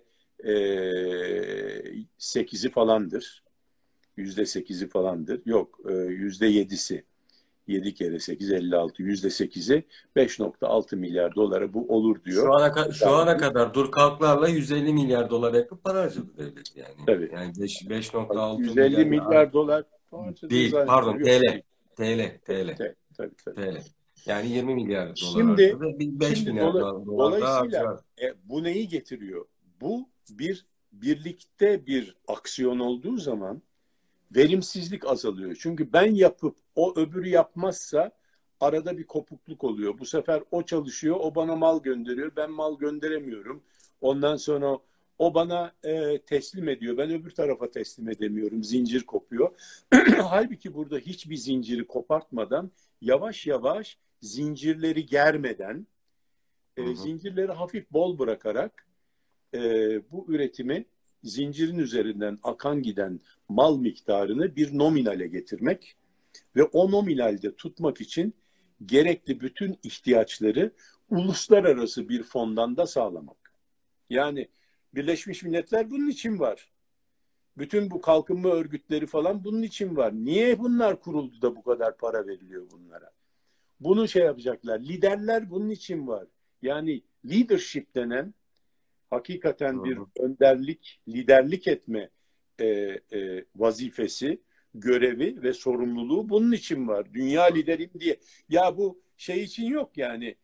Speaker 2: sekizi falandır. Yüzde sekizi falandır. Yok yüzde yedisi. Yedi kere sekiz elli altı. Yüzde sekizi beş nokta altı milyar dolara bu olur diyor.
Speaker 1: Şu ana, şu ana kadar dur kalklarla yüz elli milyar dolar yakın para harcadı devlet yani.
Speaker 2: Tabii.
Speaker 1: Yani beş nokta altı
Speaker 2: yüz elli
Speaker 1: milyar,
Speaker 2: milyar dolar
Speaker 1: değil pardon T L. T L. T L.
Speaker 2: Tabii, tabii.
Speaker 1: T L. Yani yirmi milyar dolar
Speaker 2: şimdi,
Speaker 1: harcadı. beş
Speaker 2: şimdi
Speaker 1: milyar
Speaker 2: dola,
Speaker 1: dolar
Speaker 2: dolayısıyla e, bu neyi getiriyor? Bu bir birlikte bir aksiyon olduğu zaman verimsizlik azalıyor. Çünkü ben yapıp o öbürü yapmazsa arada bir kopukluk oluyor. Bu sefer o çalışıyor, o bana mal gönderiyor, ben mal gönderemiyorum. Ondan sonra o bana e, teslim ediyor, ben öbür tarafa teslim edemiyorum. Zincir kopuyor. Halbuki burada hiçbir zinciri kopartmadan yavaş yavaş zincirleri germeden, e, zincirleri hafif bol bırakarak e, bu üretimi zincirin üzerinden akan giden mal miktarını bir nominale getirmek ve o nominalde tutmak için gerekli bütün ihtiyaçları uluslararası bir fondan da sağlamak. Yani Birleşmiş Milletler bunun için var. Bütün bu kalkınma örgütleri falan bunun için var. Niye bunlar kuruldu da bu kadar para veriliyor bunlara? Bunu şey yapacaklar. Liderler bunun için var. Yani leadership denen hakikaten bir önderlik, liderlik etme e, e, vazifesi, görevi ve sorumluluğu bunun için var. Dünya liderim diye. Ya bu şey için yok yani.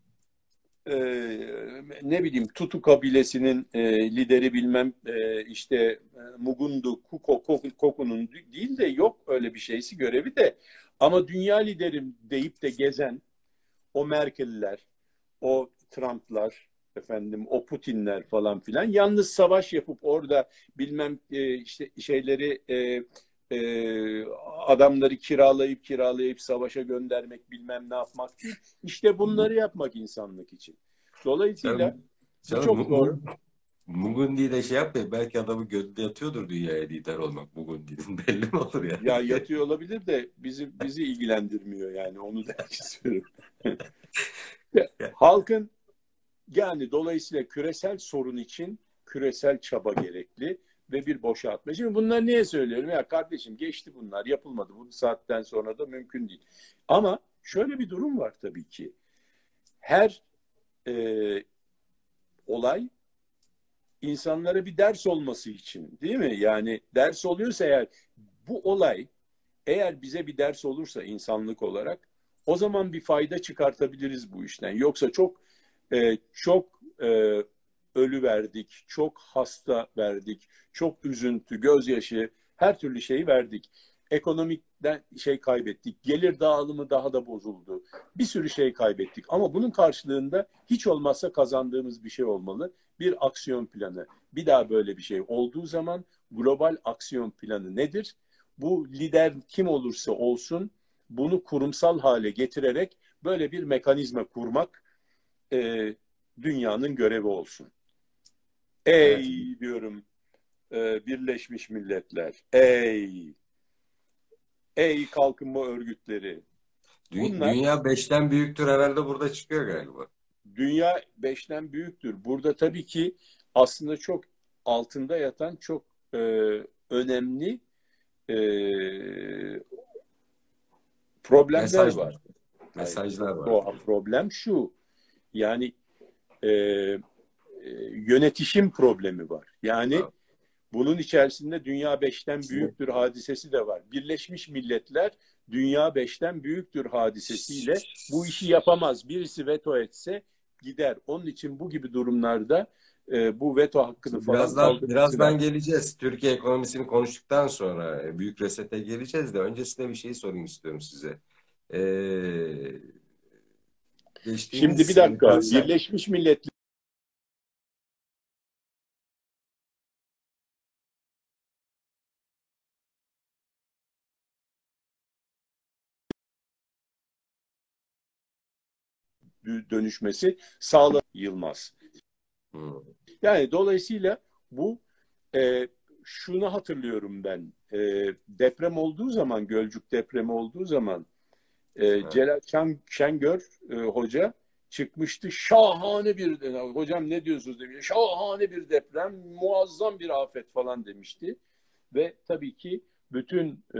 Speaker 2: E, ne bileyim Tutu kabilesinin e, lideri bilmem e, işte e, Mugundu Kuko, Koku'nun değil de yok öyle bir şeysi görevi de. Ama dünya liderim deyip de gezen o Merkel'ler, o Trump'lar, efendim o Putinler falan filan yalnız savaş yapıp orada bilmem e, işte şeyleri e, e, adamları kiralayıp kiralayıp savaşa göndermek bilmem ne yapmak değil. İşte bunları yapmak insanlık için. Dolayısıyla
Speaker 1: Canım,
Speaker 2: bu
Speaker 1: canım,
Speaker 2: çok doğru.
Speaker 1: Mugundi de şey yapıyor. Belki adamı gönlünde yatıyordur dünyaya lider olmak Mugundi'nin. Belli mi olur yani?
Speaker 2: Ya yatıyor olabilir de bizi bizi ilgilendirmiyor yani onu demek istiyorum. Halkın yani dolayısıyla küresel sorun için küresel çaba gerekli ve bir boşaltma. Şimdi bunları niye söylüyorum? Ya kardeşim geçti bunlar yapılmadı. Bu saatten sonra da mümkün değil. Ama şöyle bir durum var tabii ki. Her e, olay insanlara bir ders olması için, değil mi? Yani ders oluyorsa eğer, bu olay eğer bize bir ders olursa insanlık olarak, o zaman bir fayda çıkartabiliriz bu işten. Yoksa çok e, çok e, ölü verdik, çok hasta verdik, çok üzüntü, gözyaşı, her türlü şeyi verdik. Ekonomikten şey kaybettik, gelir dağılımı daha da bozuldu. Bir sürü şey kaybettik. Ama bunun karşılığında hiç olmazsa kazandığımız bir şey olmalı. Bir aksiyon planı. Bir daha böyle bir şey olduğu zaman global aksiyon planı nedir? Bu lider kim olursa olsun bunu kurumsal hale getirerek böyle bir mekanizma kurmak e, dünyanın görevi olsun.
Speaker 1: Evet.
Speaker 2: Ey diyorum e, Birleşmiş Milletler, ey, ey kalkınma örgütleri.
Speaker 1: Dü-
Speaker 2: Bunlar,
Speaker 1: Dünya beşten büyüktür herhalde, burada çıkıyor galiba.
Speaker 2: dünya beşten büyüktür. Burada tabii ki aslında çok altında yatan çok e, önemli e, problemler
Speaker 1: Mesajlar.
Speaker 2: var. Hayır,
Speaker 1: Mesajlar var.
Speaker 2: o problem şu. Yani e, e, yönetişim problemi var. Yani
Speaker 1: Bravo.
Speaker 2: bunun içerisinde dünya beşten
Speaker 1: Şimdi
Speaker 2: büyüktür hadisesi de var. Birleşmiş Milletler dünya beşten büyüktür hadisesiyle bu işi yapamaz. Birisi veto etse gider. Onun için bu gibi durumlarda e, bu veto hakkını
Speaker 1: Şimdi
Speaker 2: falan
Speaker 1: birazdan
Speaker 2: kaldırması
Speaker 1: birazdan
Speaker 2: lazım.
Speaker 1: geleceğiz. Türkiye ekonomisini konuştuktan sonra e, büyük resete geleceğiz de öncesinde bir şey sorayım istiyorum size. Ee,
Speaker 2: Şimdi bir
Speaker 1: geçtiğimiz hani
Speaker 2: dakika.
Speaker 1: küresel
Speaker 2: Birleşmiş Milletler dönüşmesi sağlanır Yılmaz.
Speaker 1: hmm,
Speaker 2: Yani dolayısıyla bu e, şunu hatırlıyorum ben. E, deprem olduğu zaman, Gölcük depremi olduğu zaman e,
Speaker 1: evet.
Speaker 2: Celal Şen, Şengör e, hoca çıkmıştı. Şahane bir, hocam ne diyorsunuz demiş. Şahane bir deprem, muazzam bir afet falan demişti. Ve tabii ki bütün e,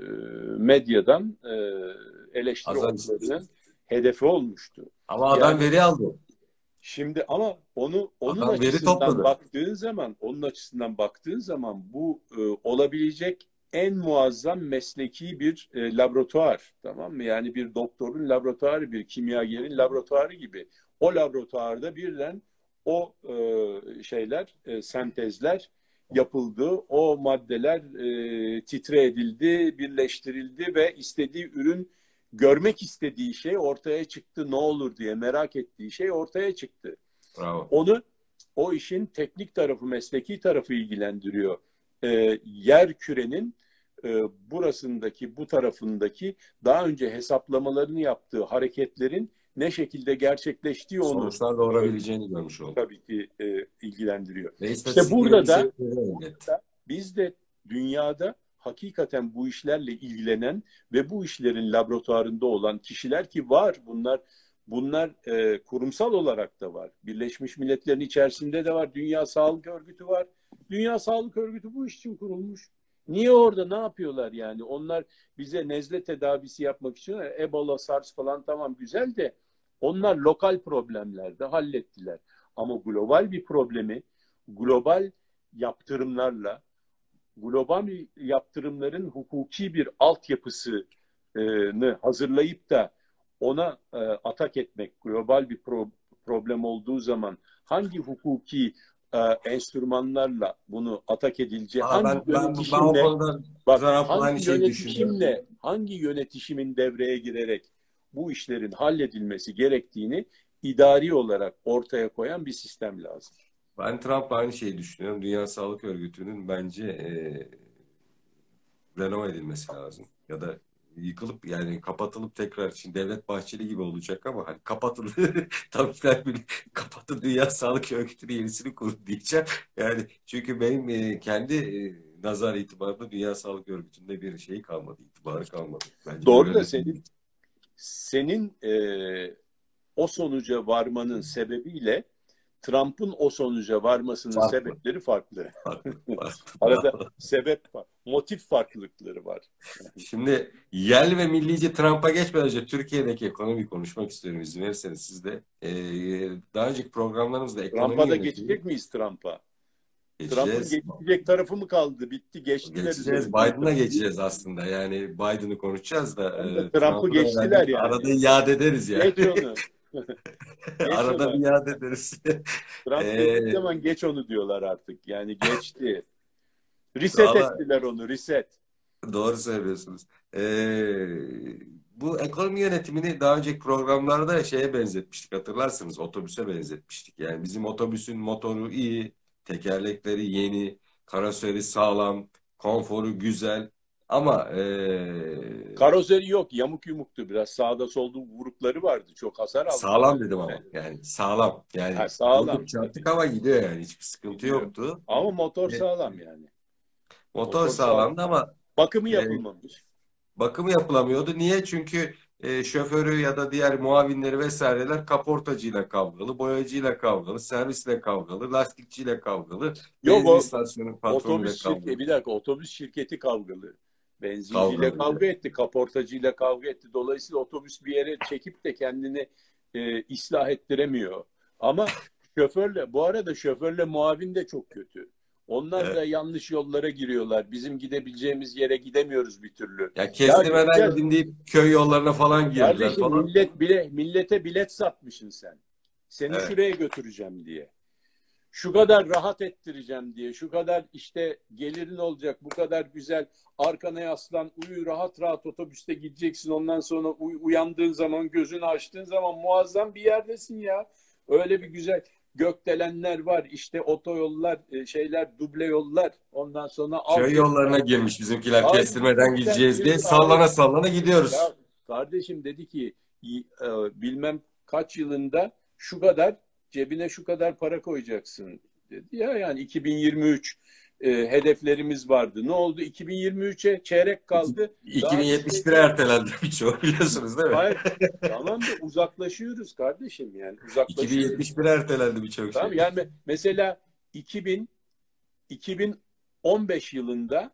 Speaker 2: medyadan e, eleştiri
Speaker 1: Azar işitmiştik.
Speaker 2: oklarının hedefi olmuştu.
Speaker 1: Ama adam
Speaker 2: Yani
Speaker 1: veri aldı.
Speaker 2: şimdi ama onu onun
Speaker 1: Adam veri
Speaker 2: açısından
Speaker 1: topladı.
Speaker 2: baktığın zaman, onun açısından baktığın zaman bu e, olabilecek en muazzam mesleki bir e, laboratuvar, tamam mı? Yani bir doktorun laboratuvarı, bir kimyagerin laboratuvarı gibi. O laboratuvarda birden o e, şeyler, e, sentezler yapıldı. O maddeler e, titre edildi, birleştirildi ve istediği ürün, görmek istediği şey ortaya çıktı, ne olur diye merak ettiği şey ortaya çıktı.
Speaker 1: Bravo.
Speaker 2: Onu, o işin teknik tarafı, mesleki tarafı ilgilendiriyor. Ee, yer kürenin e, burasındaki, bu tarafındaki daha önce hesaplamalarını yaptığı hareketlerin ne şekilde gerçekleştiği onu
Speaker 1: Sonuçlar
Speaker 2: e,
Speaker 1: doğurabileceğini görmüş oldu.
Speaker 2: tabii ki e, ilgilendiriyor.
Speaker 1: Ve
Speaker 2: İşte
Speaker 1: istatistiklerin
Speaker 2: burada
Speaker 1: bir
Speaker 2: da
Speaker 1: sebepleri elbette.
Speaker 2: biz de dünyada hakikaten bu işlerle ilgilenen ve bu işlerin laboratuvarında olan kişiler ki var, bunlar bunlar e, kurumsal olarak da var. Birleşmiş Milletler'in içerisinde de var. Dünya Sağlık Örgütü var. Dünya Sağlık Örgütü bu iş için kurulmuş. Niye orada ne yapıyorlar yani? Onlar bize nezle tedavisi yapmak için Ebola, SARS falan tamam güzel de onlar lokal problemlerde hallettiler. Ama global bir problemi global yaptırımlarla, global yaptırımların hukuki bir altyapısını hazırlayıp da ona e, atak etmek, global bir pro- problem olduğu zaman hangi hukuki e, enstrümanlarla bunu atak edileceği,
Speaker 1: Valla
Speaker 2: hangi
Speaker 1: ben, ben, ben o
Speaker 2: yönetişimle,
Speaker 1: konuda
Speaker 2: bak
Speaker 1: Trump'la
Speaker 2: hangi
Speaker 1: aynı şeyi düşünüyorum.
Speaker 2: yönetişimle, hangi yönetişimin devreye girerek bu işlerin halledilmesi gerektiğini idari olarak ortaya koyan bir sistem lazım.
Speaker 1: Ben Trump'la aynı şeyi düşünüyorum. Dünya Sağlık Örgütü'nün bence e, renove edilmesi lazım. Ya da yıkılıp yani kapatılıp tekrar, şimdi Devlet Bahçeli gibi olacak ama hani kapatıldı tabipler bile kapatın, Dünya Sağlık Örgütü'nün yenisini kurun diyeceğim. Yani çünkü benim e, kendi e, nazar itibarında Dünya Sağlık Örgütü'nde bir şey kalmadı, itibarı kalmadı. Bence bir
Speaker 2: Doğru da
Speaker 1: yönetim.
Speaker 2: senin senin e, o sonuca varmanın sebebiyle Trump'ın o sonuca varmasının
Speaker 1: Farklı.
Speaker 2: sebepleri farklı.
Speaker 1: Farklı. Farklı.
Speaker 2: Arada sebep, motif farklılıkları var.
Speaker 1: Şimdi yerli ve millici Trump'a geçmeden önce Türkiye'deki ekonomi konuşmak istiyorum, izin verirseniz siz de. Ee, daha önceki programlarımızda ekonomi
Speaker 2: Trump'a da
Speaker 1: yönetimi
Speaker 2: geçecek miyiz Trump'a? Trump'ın
Speaker 1: geçeceğiz.
Speaker 2: geçecek tarafı mı kaldı? Bitti, geçtiler
Speaker 1: Geçeceğiz.
Speaker 2: üzerinden.
Speaker 1: Biden'a geçeceğiz aslında. Yani Biden'ı konuşacağız da
Speaker 2: Onu da
Speaker 1: e,
Speaker 2: Trump'ı
Speaker 1: Trump'ı da
Speaker 2: geçtiler
Speaker 1: herhalde
Speaker 2: yani.
Speaker 1: arada iade ederiz yani.
Speaker 2: Geç onu. Geç
Speaker 1: Arada
Speaker 2: onu.
Speaker 1: bir iade ederiz.
Speaker 2: Trump
Speaker 1: Ee,
Speaker 2: dediği zaman geç onu diyorlar artık. Yani geçti. Reset
Speaker 1: valla
Speaker 2: ettiler onu, reset.
Speaker 1: doğru söylüyorsunuz. Ee, bu ekonomi yönetimini daha önceki programlarda şeye benzetmiştik, hatırlarsınız, otobüse benzetmiştik. Yani bizim otobüsün motoru iyi, tekerlekleri yeni, karoseri sağlam, konforu güzel ama ee,
Speaker 2: Karoseri yok, yamuk yumuktu biraz. Sağda solda vurukları vardı. Çok hasar aldı.
Speaker 1: sağlam dedim ama yani sağlam.
Speaker 2: Ha,
Speaker 1: Yani
Speaker 2: sağlam.
Speaker 1: vurduk çarptık ama gidiyor yani, hiçbir sıkıntı
Speaker 2: Gidiyor.
Speaker 1: yoktu.
Speaker 2: Ama motor
Speaker 1: E,
Speaker 2: sağlam yani.
Speaker 1: motor
Speaker 2: Motor sağlam.
Speaker 1: sağlamdı ama
Speaker 2: Bakımı
Speaker 1: e,
Speaker 2: yapılmamış.
Speaker 1: bakımı yapılamıyordu. Niye? Çünkü e, şoförü ya da diğer muavinleri vesaireler kaportacıyla kavgalı, boyacıyla kavgalı, servisle kavgalı, lastikçiyle kavgalı,
Speaker 2: Yok,
Speaker 1: benzin
Speaker 2: o
Speaker 1: istasyonu patronuyla
Speaker 2: otobüs
Speaker 1: kavgalı.
Speaker 2: şirketi, bir dakika, otobüs şirketi kavgalı. Benzinciyle
Speaker 1: Kavgalı.
Speaker 2: kavga etti, kaportacıyla kavga etti. Dolayısıyla otobüs bir yere çekip de kendini e, ıslah ettiremiyor. Ama şoförle, bu arada şoförle muavin de çok kötü. Onlar da
Speaker 1: Evet.
Speaker 2: yanlış yollara giriyorlar. Bizim gidebileceğimiz yere gidemiyoruz bir türlü.
Speaker 1: Ya
Speaker 2: Ya
Speaker 1: kestirmeden
Speaker 2: gideceğiz.
Speaker 1: gidin deyip köy yollarına falan girdiler
Speaker 2: Kardeşim,
Speaker 1: falan.
Speaker 2: millet bile millete bilet satmışsın sen. Seni
Speaker 1: Evet.
Speaker 2: şuraya götüreceğim diye. Şu kadar rahat ettireceğim diye, şu kadar işte gelirin olacak, bu kadar güzel, arkana yaslan, uyu, rahat rahat otobüste gideceksin. Ondan sonra uy- uyandığın zaman, gözünü açtığın zaman muazzam bir yerdesin ya. Öyle bir güzel gökdelenler var, işte otoyollar, e, şeyler, duble yollar. Ondan sonra
Speaker 1: Köy yollarına
Speaker 2: altyapı.
Speaker 1: girmiş bizimkiler,
Speaker 2: Ay,
Speaker 1: kestirmeden
Speaker 2: sen
Speaker 1: gideceğiz diye
Speaker 2: girdi
Speaker 1: sallana
Speaker 2: abi.
Speaker 1: sallana gidiyoruz.
Speaker 2: Ya kardeşim dedi ki y- e, bilmem kaç yılında şu kadar cebine şu kadar para koyacaksın dedi. Ya yani iki bin yirmi üç e, hedeflerimiz vardı. Ne oldu? iki bin yirmi üçe çeyrek kaldı. Daha bir şey
Speaker 1: iki bin yetmiş bire
Speaker 2: yok.
Speaker 1: ertelendi birçoğu, biliyorsunuz değil mi?
Speaker 2: Hayır, tamam da uzaklaşıyoruz kardeşim, yani uzaklaşıyoruz.
Speaker 1: iki bin yetmiş bire ertelendi birçok
Speaker 2: Tamam,
Speaker 1: şey.
Speaker 2: yani mesela iki bin iki bin on beş yılında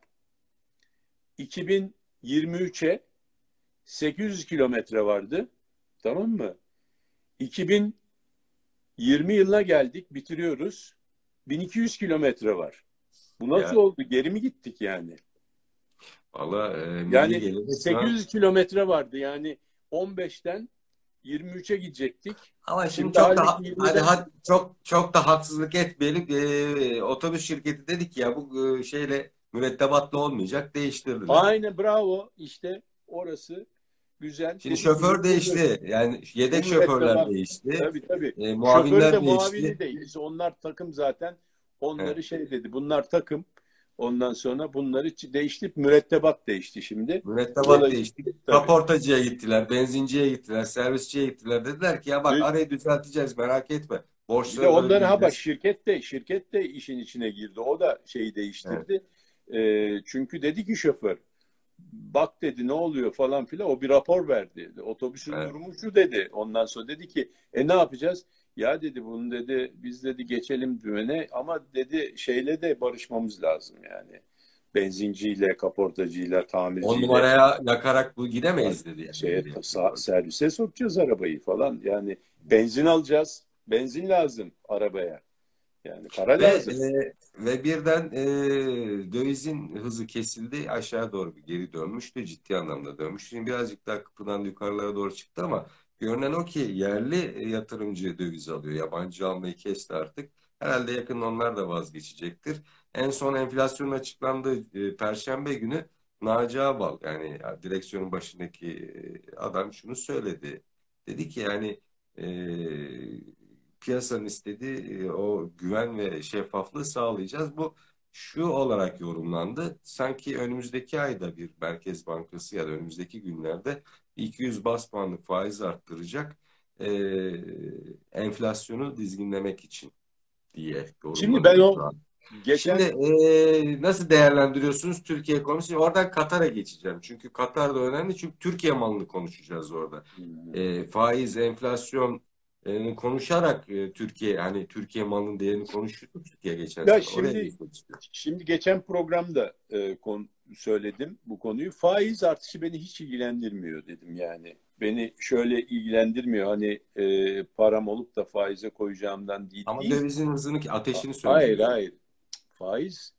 Speaker 2: iki bin yirmi üçe sekiz yüz kilometre vardı. Tamam mı? iki bin yirmi yılına geldik, bitiriyoruz. bin iki yüz kilometre var. Bu nasıl
Speaker 1: Ya
Speaker 2: oldu? Geri mi gittik yani?
Speaker 1: valla e, milli
Speaker 2: Yani
Speaker 1: gelir şu
Speaker 2: sekiz
Speaker 1: an,
Speaker 2: yüz kilometre vardı. Yani on beşten yirmi üçe gidecektik.
Speaker 1: ama şimdi
Speaker 2: Şimdi
Speaker 1: çok da
Speaker 2: halbuki
Speaker 1: hadi
Speaker 2: yirmiden
Speaker 1: hadi çok çok da haksızlık etmeyelim. E, otobüs şirketi dedik ya, bu e, şeyle mürettebatlı olmayacak, değiştirdiler.
Speaker 2: aynen, bravo, işte orası güzel.
Speaker 1: Şimdi
Speaker 2: Dedi ki
Speaker 1: şoför
Speaker 2: bu,
Speaker 1: değişti. Yani
Speaker 2: bu
Speaker 1: yedek şoförler
Speaker 2: mürettebat,
Speaker 1: değişti.
Speaker 2: tabii tabii.
Speaker 1: E,
Speaker 2: Şoförü de
Speaker 1: muavinler
Speaker 2: muavini
Speaker 1: değişti.
Speaker 2: de. İşte onlar takım zaten.
Speaker 1: He.
Speaker 2: Onları şey dedi. Bunlar takım. Ondan sonra bunları ç- değiştirip mürettebat değişti şimdi.
Speaker 1: Mürettebat
Speaker 2: Dolayısıyla
Speaker 1: değişti.
Speaker 2: tabii.
Speaker 1: Kaportacıya gittiler, benzinciye gittiler, servisçiye gittiler. Dediler ki ya bak,
Speaker 2: Bir
Speaker 1: arayı düzelteceğiz, merak etme.
Speaker 2: bir de
Speaker 1: Borçları
Speaker 2: onları, ha bak,
Speaker 1: ödeyeceğiz.
Speaker 2: şirket de şirket de işin içine girdi. O da şeyi
Speaker 1: Evet.
Speaker 2: değiştirdi. Ee, çünkü dedi ki şoför, bak dedi, ne oluyor falan filan, o bir rapor verdi. Otobüsün
Speaker 1: Evet.
Speaker 2: durumu şu dedi. Ondan sonra dedi ki e ne yapacağız? Ya dedi, bunu dedi biz dedi geçelim dümene, ama dedi şeyle de barışmamız lazım yani. Benzinciyle, kaportacıyla,
Speaker 1: On
Speaker 2: tamirciyle
Speaker 1: numaraya yakarak bu gidemeyiz dedi yani.
Speaker 2: şeye,
Speaker 1: Belediye.
Speaker 2: sa- servise sokacağız arabayı falan. Yani benzin alacağız. Benzin lazım arabaya. Yani para
Speaker 1: Ve
Speaker 2: lazım.
Speaker 1: e, ve birden e, dövizin hızı kesildi, aşağı doğru bir geri dönmüştü, ciddi anlamda dönmüştü. Şimdi birazcık daha kıpırdandı, yukarılara doğru çıktı ama görünen o ki yerli e, yatırımcı döviz alıyor. Yabancı almayı kesti artık. Herhalde yakın onlar da vazgeçecektir. En son enflasyonun açıklandığı e, Perşembe günü Naci Ağbal, yani direksiyonun başındaki e, adam şunu söyledi. Dedi ki yani e, piyasanın istediği e, o güven ve şeffaflığı sağlayacağız. Bu şu olarak yorumlandı. Sanki önümüzdeki ayda bir Merkez Bankası ya da önümüzdeki günlerde iki yüz bas puanlık faiz arttıracak, e, enflasyonu dizginlemek için diye
Speaker 2: Şimdi ben
Speaker 1: yorumlanıyor şu
Speaker 2: o
Speaker 1: an. Şimdi
Speaker 2: geçen
Speaker 1: e, nasıl değerlendiriyorsunuz Türkiye ekonomisini? Oradan Katar'a geçeceğim. Çünkü Katar da önemli. Çünkü Türkiye malını konuşacağız orada. E, faiz, enflasyon, e, konuşarak e, Türkiye hani Türkiye malının değerini konuşuyor Türkiye geçen
Speaker 2: Ya
Speaker 1: sene. Oraya
Speaker 2: şimdi
Speaker 1: geçmek istiyorum.
Speaker 2: şimdi geçen programda e, kon, söyledim bu konuyu. Faiz artışı beni hiç ilgilendirmiyor dedim yani. Beni şöyle ilgilendirmiyor hani e, param olup da faize koyacağımdan değil.
Speaker 1: Ama
Speaker 2: Değil.
Speaker 1: dövizin hızını
Speaker 2: Ha-
Speaker 1: ateşini
Speaker 2: Hayır
Speaker 1: söndürüyor.
Speaker 2: hayır. Faiz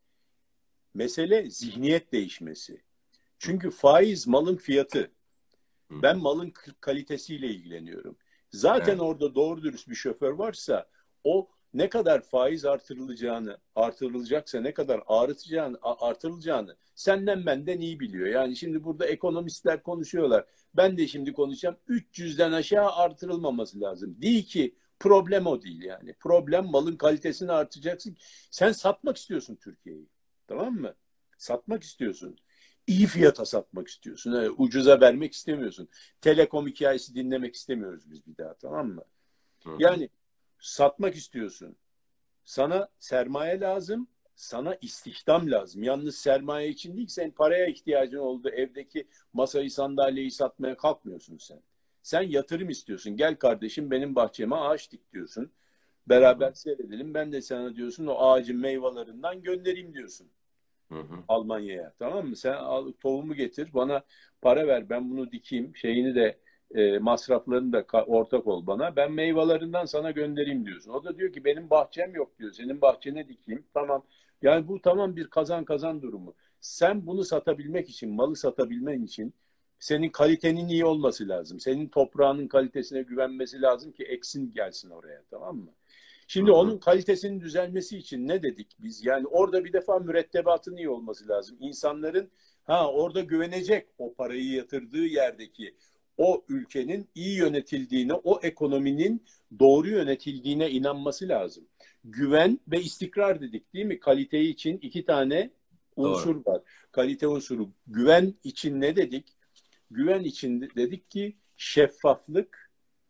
Speaker 2: mesele zihniyet değişmesi.
Speaker 1: Hı,
Speaker 2: Çünkü faiz malın fiyatı.
Speaker 1: hı,
Speaker 2: Ben
Speaker 1: hı.
Speaker 2: malın k- kalitesiyle ilgileniyorum. Zaten
Speaker 1: Evet.
Speaker 2: orada doğru dürüst bir şoför varsa o ne kadar faiz artırılacağını, artırılacaksa ne kadar ağrıtacağını, a- artırılacağını senden benden iyi biliyor. Yani şimdi burada ekonomistler konuşuyorlar. Ben de şimdi konuşacağım. üç yüzden aşağı artırılmaması lazım. Değil ki problem o değil yani. Problem malın kalitesini artacaksın. Sen satmak istiyorsun Türkiye'yi. Tamam mı? Satmak istiyorsun. İyi fiyata satmak istiyorsun. Yani ucuza vermek istemiyorsun. Telekom hikayesi dinlemek istemiyoruz biz bir daha, tamam mı?
Speaker 1: Hı, hı.
Speaker 2: Yani satmak istiyorsun. Sana sermaye lazım, sana istihdam lazım. Yalnız sermaye için değil, sen paraya ihtiyacın oldu. Evdeki masayı, sandalyeyi satmaya kalkmıyorsun sen. Sen yatırım istiyorsun. Gel kardeşim benim bahçeme ağaç dik diyorsun.
Speaker 1: Hı,
Speaker 2: Beraber
Speaker 1: hı.
Speaker 2: seyredelim. Ben de sana diyorsun o ağacın meyvelerinden göndereyim diyorsun.
Speaker 1: Hı, hı.
Speaker 2: Almanya'ya, tamam mı? Sen al, tohumu getir, bana para ver, ben bunu dikeyim, şeyini de e, masraflarını da ka- ortak ol bana. Ben meyvelerinden sana göndereyim diyorsun. O da diyor ki benim bahçem yok diyor. Senin bahçene dikeyim. Tamam. Yani bu tamam bir kazan kazan durumu. Sen bunu satabilmek için, malı satabilmen için senin kalitenin iyi olması lazım. Senin toprağının kalitesine güvenmesi lazım ki eksin gelsin oraya, tamam mı?
Speaker 1: Hı,
Speaker 2: Şimdi
Speaker 1: hı.
Speaker 2: onun kalitesinin düzelmesi için ne dedik biz? Yani orada bir defa mürettebatın iyi olması lazım. İnsanların ha orada güvenecek o parayı yatırdığı yerdeki o ülkenin iyi yönetildiğine, o ekonominin doğru yönetildiğine inanması lazım. Güven ve istikrar dedik değil mi? Kalite için iki tane
Speaker 1: Doğru.
Speaker 2: unsur var. Kalite unsuru. Güven için ne dedik? Güven için dedik ki şeffaflık,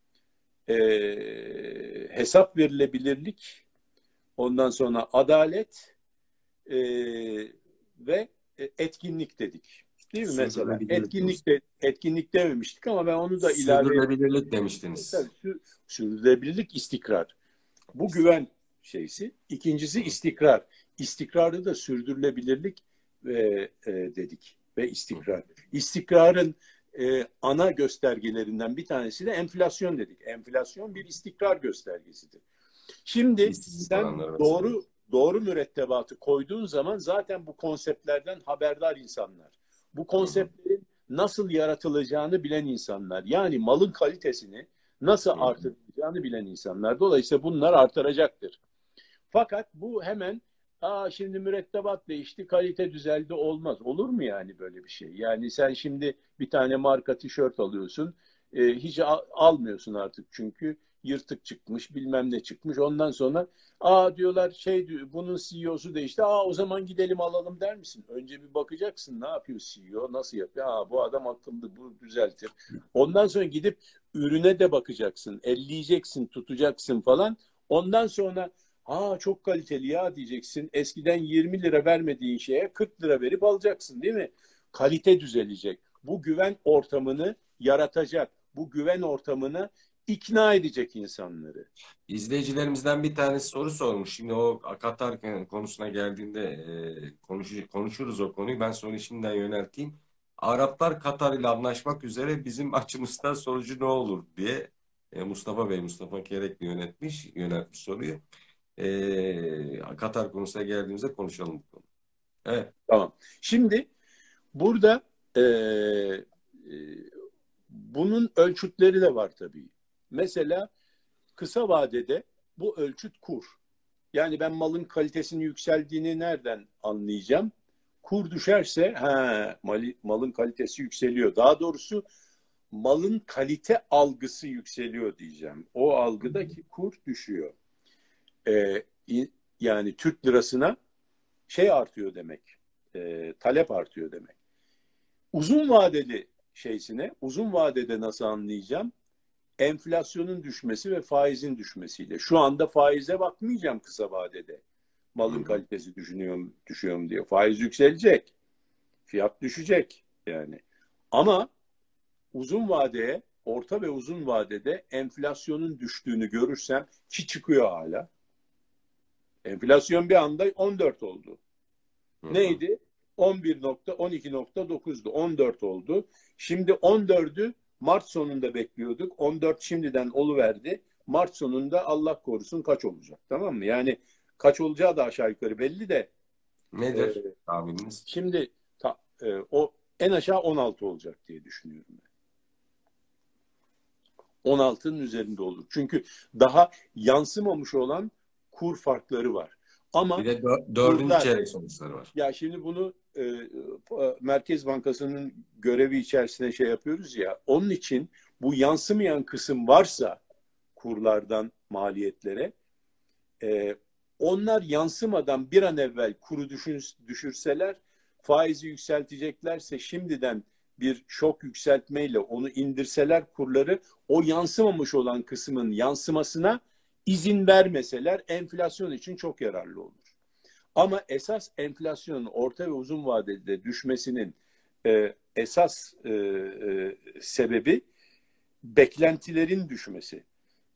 Speaker 2: e, hesap verilebilirlik, ondan sonra adalet e, ve etkinlik dedik. Değil mi mesela?
Speaker 1: Sürdürülebilirlik
Speaker 2: Etkinlik
Speaker 1: demiştiniz.
Speaker 2: de etkinlik dememiştik ama ben onu da ilave
Speaker 1: Sürdürülebilirlik
Speaker 2: ettim. Tabii
Speaker 1: demiştiniz.
Speaker 2: sü- sürdürülebilirlik, istikrar. Bu güven şeysi.
Speaker 1: Hı,
Speaker 2: İkincisi
Speaker 1: hı.
Speaker 2: istikrar. İstikrarı da sürdürülebilirlik ve e, dedik ve
Speaker 1: Hı, hı.
Speaker 2: istikrar. İstikrarın e, ana göstergelerinden bir tanesi de enflasyon dedik. Enflasyon bir istikrar göstergesidir. Şimdi
Speaker 1: İşsizlik
Speaker 2: sen
Speaker 1: oranları vesaire.
Speaker 2: doğru doğru mürettebatı koyduğun zaman zaten bu konseptlerden haberdar insanlar. Bu
Speaker 1: Hı, hı.
Speaker 2: konseptlerin nasıl yaratılacağını bilen insanlar. Yani malın kalitesini nasıl
Speaker 1: Hı, hı.
Speaker 2: artırılacağını bilen insanlar. Dolayısıyla bunlar artıracaktır. Fakat bu hemen aa şimdi mürettebat değişti, kalite düzeldi olmaz. Olur mu yani böyle bir şey? Yani sen şimdi bir tane marka tişört alıyorsun. E, hiç al- almıyorsun artık çünkü yırtık çıkmış, bilmem ne çıkmış. Ondan sonra aa diyorlar şey diyor, bunun C E O'su değişti. Aa o zaman gidelim alalım der misin? Önce bir bakacaksın ne yapıyor C E O, nasıl yapıyor? Aa bu adam akıllı, bu düzeltir. Ondan sonra gidip ürüne de bakacaksın, elleyeceksin, tutacaksın falan. Ondan sonra aa çok kaliteli ya diyeceksin. Eskiden yirmi lira vermediğin şeye kırk lira verip alacaksın değil mi? Kalite düzelecek. Bu güven ortamını yaratacak. Bu güven ortamını ikna edecek insanları.
Speaker 1: İzleyicilerimizden bir tanesi soru sormuş. Şimdi o Katar konusuna geldiğinde e, konuş, konuşuruz o konuyu. Ben soruyu şimdiden yönelteyim. Araplar Katar ile anlaşmak üzere bizim açımızdan sonucu ne olur diye e, Mustafa Bey, Mustafa Kerekli yönetmiş, yöneltmiş soruyu. E, Katar konusuna geldiğimizde konuşalım bu konuyu. Evet.
Speaker 2: Tamam. Şimdi burada e, e, bunun ölçütleri de var tabii. Mesela kısa vadede bu ölçüt kur. Yani ben malın kalitesinin yükseldiğini nereden anlayacağım? Kur düşerse ha, mali, malın kalitesi yükseliyor. Daha doğrusu malın kalite algısı yükseliyor diyeceğim. O algıdaki kur düşüyor. Ee, yani Türk lirasına şey artıyor demek. E, talep artıyor demek. Uzun vadeli şeysine, uzun vadede nasıl anlayacağım? Enflasyonun düşmesi ve faizin düşmesiyle. Şu anda faize bakmayacağım kısa vadede.
Speaker 1: Hı
Speaker 2: Malın
Speaker 1: hı.
Speaker 2: kalitesi düşünüyorum, düşüyorum diye. Faiz yükselecek. Fiyat düşecek yani. Ama uzun vadeye orta ve uzun vadede enflasyonun düştüğünü görürsem, ki çıkıyor hala. Enflasyon bir anda on dört oldu. Hı hı. Neydi? on bir nokta on iki nokta dokuzdu. on dört oldu. Şimdi on dördü Mart sonunda bekliyorduk. on dört şimdiden oluverdi. Mart sonunda Allah korusun kaç olacak? Tamam mı? Yani kaç olacağı da aşağı yukarı belli de.
Speaker 1: Nedir e, tahmininiz?
Speaker 2: Şimdi ta, e, o en aşağı on altı olacak diye düşünüyorum ben. on altının üzerinde olur. Çünkü daha yansımamış olan kur farkları var. Ama
Speaker 1: bir de dördüncü çeyrek sonuçları var.
Speaker 2: Ya şimdi bunu e, Merkez Bankası'nın görevi içerisinde şey yapıyoruz ya. Onun için bu yansımayan kısım varsa kurlardan maliyetlere, e, onlar yansımadan bir an evvel kuru düşün, düşürseler, faizi yükselteceklerse şimdiden bir şok yükseltmeyle onu indirseler kurları, o yansımamış olan kısmın yansımasına izin vermeseler enflasyon için çok yararlı olur. Ama esas enflasyonun orta ve uzun vadede düşmesinin e, esas e, e, sebebi beklentilerin düşmesidir.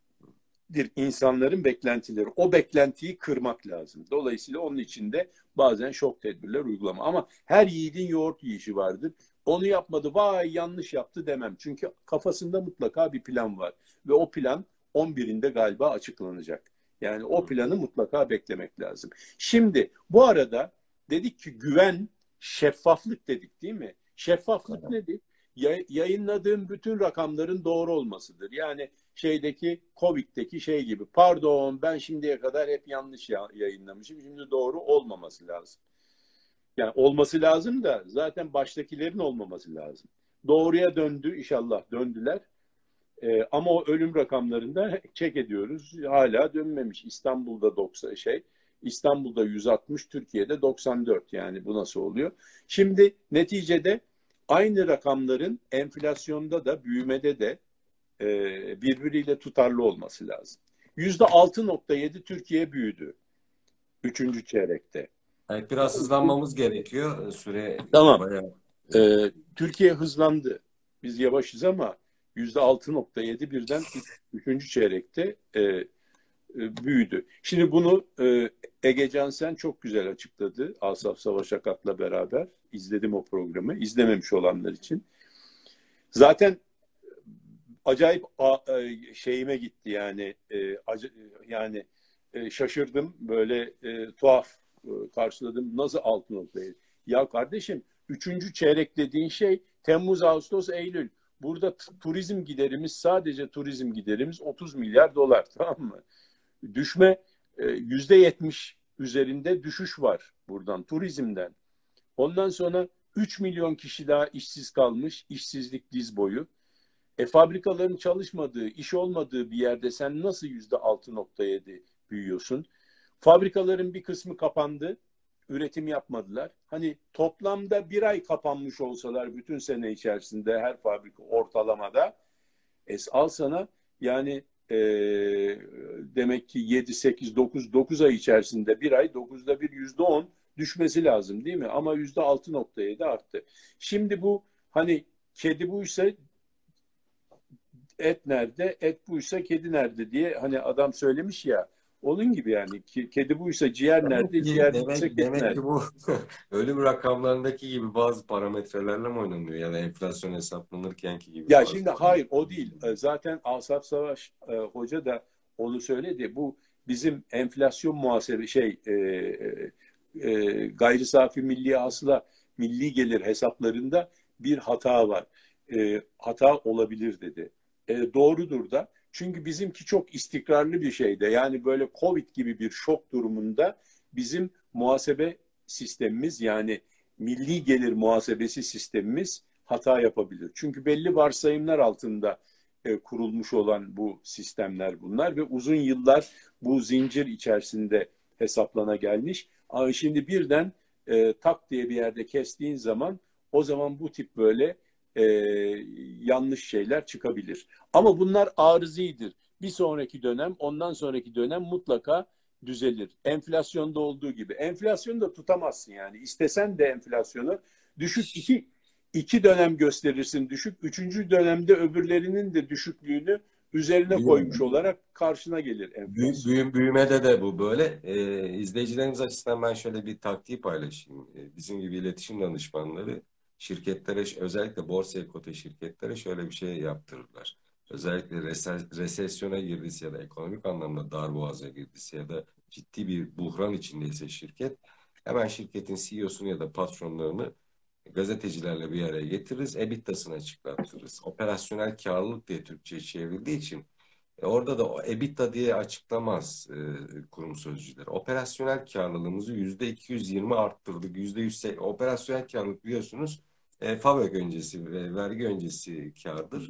Speaker 2: İnsanların beklentileri. O beklentiyi kırmak lazım. Dolayısıyla onun için de bazen şok tedbirler uygulama. Ama her yiğidin yoğurt yiyişi vardır. Onu yapmadı, vay yanlış yaptı demem. Çünkü kafasında mutlaka bir plan var. Ve o plan on birinde galiba açıklanacak. Yani o planı mutlaka beklemek lazım. Şimdi bu arada dedik ki güven, şeffaflık dedik değil mi? Şeffaflık evet. Nedir? Yayınladığım bütün rakamların doğru olmasıdır. Yani şeydeki Covid'deki şey gibi, pardon ben şimdiye kadar hep yanlış yayınlamışım. Şimdi doğru olmaması lazım. Yani olması lazım da zaten baştakilerin olmaması lazım. Doğruya döndü inşallah, döndüler. Ee, ama o ölüm rakamlarında çek ediyoruz. Hala dönmemiş. İstanbul'da doksan şey, İstanbul'da yüz altmış, Türkiye'de doksan dört. Yani bu nasıl oluyor? Şimdi neticede aynı rakamların enflasyonda da büyümede de e, birbiriyle tutarlı olması lazım. yüzde altı nokta yedi Türkiye büyüdü. Üçüncü çeyrekte.
Speaker 1: Evet, biraz hızlanmamız gerekiyor. Süre
Speaker 2: tamam. Bayağı... Ee, Türkiye hızlandı. Biz yavaşız ama yüzde altı nokta yedi birden üçüncü çeyrekte e, e, büyüdü. Şimdi bunu e, Ege Cansen çok güzel açıkladı. Asaf Savaş Akat'la beraber. İzledim o programı. İzlememiş olanlar için. Zaten acayip a, e, şeyime gitti yani. E, ac, yani e, şaşırdım. Böyle e, tuhaf e, karşıladım. Nasıl altı nokta yedi? Ya kardeşim üçüncü çeyrek dediğin şey Temmuz, Ağustos, Eylül. Burada turizm giderimiz, sadece turizm giderimiz otuz milyar dolar, tamam mı? Düşme yüzde yetmiş üzerinde düşüş var buradan, turizmden. Ondan sonra üç milyon kişi daha işsiz kalmış, işsizlik diz boyu. E fabrikaların çalışmadığı, iş olmadığı bir yerde sen nasıl yüzde altı nokta yedi büyüyorsun? Fabrikaların bir kısmı kapandı. Üretim yapmadılar. Hani toplamda bir ay kapanmış olsalar bütün sene içerisinde her fabrika ortalamada es al sana yani e, demek ki yedi, sekiz, dokuz, dokuz ay içerisinde bir ay dokuzda bir yüzde on düşmesi lazım değil mi? Ama yüzde altı nokta yedi arttı. Şimdi bu hani kedi buysa et nerede, et buysa kedi nerede diye hani adam söylemiş ya. Onun gibi yani kedi buysa ciğer nerede, ciğer
Speaker 1: demek,
Speaker 2: buysa kedi
Speaker 1: demek
Speaker 2: nerede?
Speaker 1: Ki bu ölüm rakamlarındaki gibi bazı parametrelerle mi oynanıyor ya da enflasyon hesaplanırkenki gibi?
Speaker 2: Ya şimdi hayır o değil. Zaten Asaf Savaş e, Hoca da onu söyledi. Bu bizim enflasyon muhasebe şey e, e, gayri safi milli hasıla, milli gelir hesaplarında bir hata var. E, hata olabilir dedi. E, doğrudur da. Çünkü bizimki çok istikrarlı bir şeyde. Yani böyle Covid gibi bir şok durumunda bizim muhasebe sistemimiz yani milli gelir muhasebesi sistemimiz hata yapabilir. Çünkü belli varsayımlar altında e, kurulmuş olan bu sistemler bunlar ve uzun yıllar bu zincir içerisinde hesaplana gelmiş. Ama şimdi birden e, tak diye bir yerde kestiğin zaman o zaman bu tip böyle e, yanlış şeyler çıkabilir. Ama bunlar arızidir. Bir sonraki dönem, ondan sonraki dönem mutlaka düzelir. Enflasyonda olduğu gibi. Enflasyonu da tutamazsın yani. İstesen de enflasyonu düşük iki iki dönem gösterirsin düşük. Üçüncü dönemde öbürlerinin de düşüklüğünü üzerine koymuş olarak karşına gelir
Speaker 1: Büyü,
Speaker 2: enflasyon.
Speaker 1: büyü- büyümede de bu böyle. Ee, izleyicilerimiz açısından ben şöyle bir taktiği paylaşayım. Ee, bizim gibi iletişim danışmanları şirketlere, özellikle borsaya kote şirketlere şöyle bir şey yaptırırlar. Özellikle rese- resesyona girdiyse ya da ekonomik anlamda darboğaza girdiyse ya da ciddi bir buhran içindeyse şirket, hemen şirketin C E O'sunu ya da patronlarını gazetecilerle bir araya getiririz. EBITDA'sını açıklattırırız. Operasyonel karlılık diye Türkçe'ye çevrildiği için e, orada da o EBITDA diye açıklamaz e, kurum sözcüleri. Operasyonel karlılığımızı yüzde iki yüz yirmi arttırdık. Yüzde yüz operasyonel karlılık biliyorsunuz e, FAVÖK öncesi ve vergi öncesi kardır.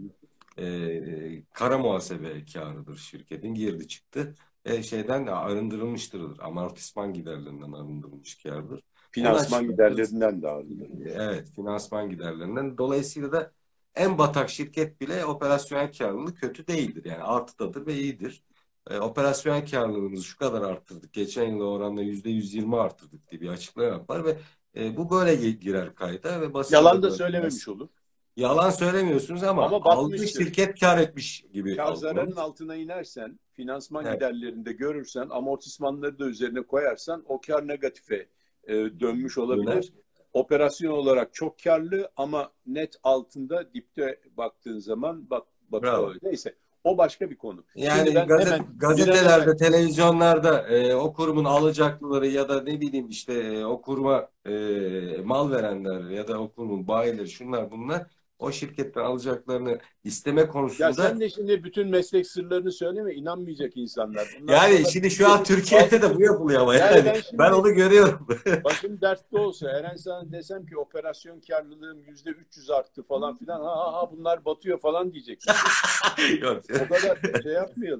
Speaker 1: E, kara muhasebe karıdır şirketin girdi çıktı. E, şeyden de arındırılmıştır. Amortisman giderlerinden arındırılmış kardır. Onu
Speaker 2: Finansman
Speaker 1: açıklatırız.
Speaker 2: giderlerinden de arınır.
Speaker 1: Evet, finansman giderlerinden. Dolayısıyla da en batak şirket bile operasyonel karlılığı kötü değildir. Yani artıdadır ve iyidir. E, operasyonel karlılığımızı şu kadar arttırdık. Geçen yıla oranla yüzde yüz yirmi arttırdık diye bir açıklama yapar ve e, bu böyle girer kayda ve basına
Speaker 2: Yalan
Speaker 1: da
Speaker 2: da
Speaker 1: böyle
Speaker 2: söylememiş
Speaker 1: biraz.
Speaker 2: olur.
Speaker 1: Yalan söylemiyorsunuz ama
Speaker 2: Ama
Speaker 1: aldığı
Speaker 2: batmıştır.
Speaker 1: şirket kar etmiş gibi
Speaker 2: Kar zararın
Speaker 1: algılanır.
Speaker 2: altına inersen, finansman
Speaker 1: Evet,
Speaker 2: giderlerinde görürsen, amortismanları da üzerine koyarsan o kar negatife e, dönmüş
Speaker 1: döner.
Speaker 2: olabilir. Operasyon olarak çok karlı ama net altında dipte baktığın zaman bak, bak
Speaker 1: Bravo.
Speaker 2: neyse o başka bir konu. Şimdi
Speaker 1: Yani
Speaker 2: ben
Speaker 1: gazet,
Speaker 2: hemen bir an evvel
Speaker 1: gazetelerde, televizyonlarda e, o kurumun alacaklıları ya da ne bileyim işte e, o kuruma e, mal verenler ya da o kurumun bayileri şunlar bunlar o şirketten alacaklarını isteme
Speaker 2: ya sen
Speaker 1: konusunda
Speaker 2: de şimdi bütün meslek sırlarını söyleme inanmayacak insanlar. Bundan
Speaker 1: yani
Speaker 2: sonra
Speaker 1: şimdi şu an
Speaker 2: gelip
Speaker 1: Türkiye'de de
Speaker 2: kalkıp
Speaker 1: bu yapılıyor ama
Speaker 2: yani
Speaker 1: yani
Speaker 2: ben
Speaker 1: ben
Speaker 2: şimdi
Speaker 1: onu görüyorum.
Speaker 2: başım dertte olsa Eren sana desem ki operasyon karlılığım yüzde üç yüz arttı falan filan ha, ha, ha bunlar batıyor falan diyeceksin şimdi.
Speaker 1: Yok.
Speaker 2: O kadar şey yapmayalım.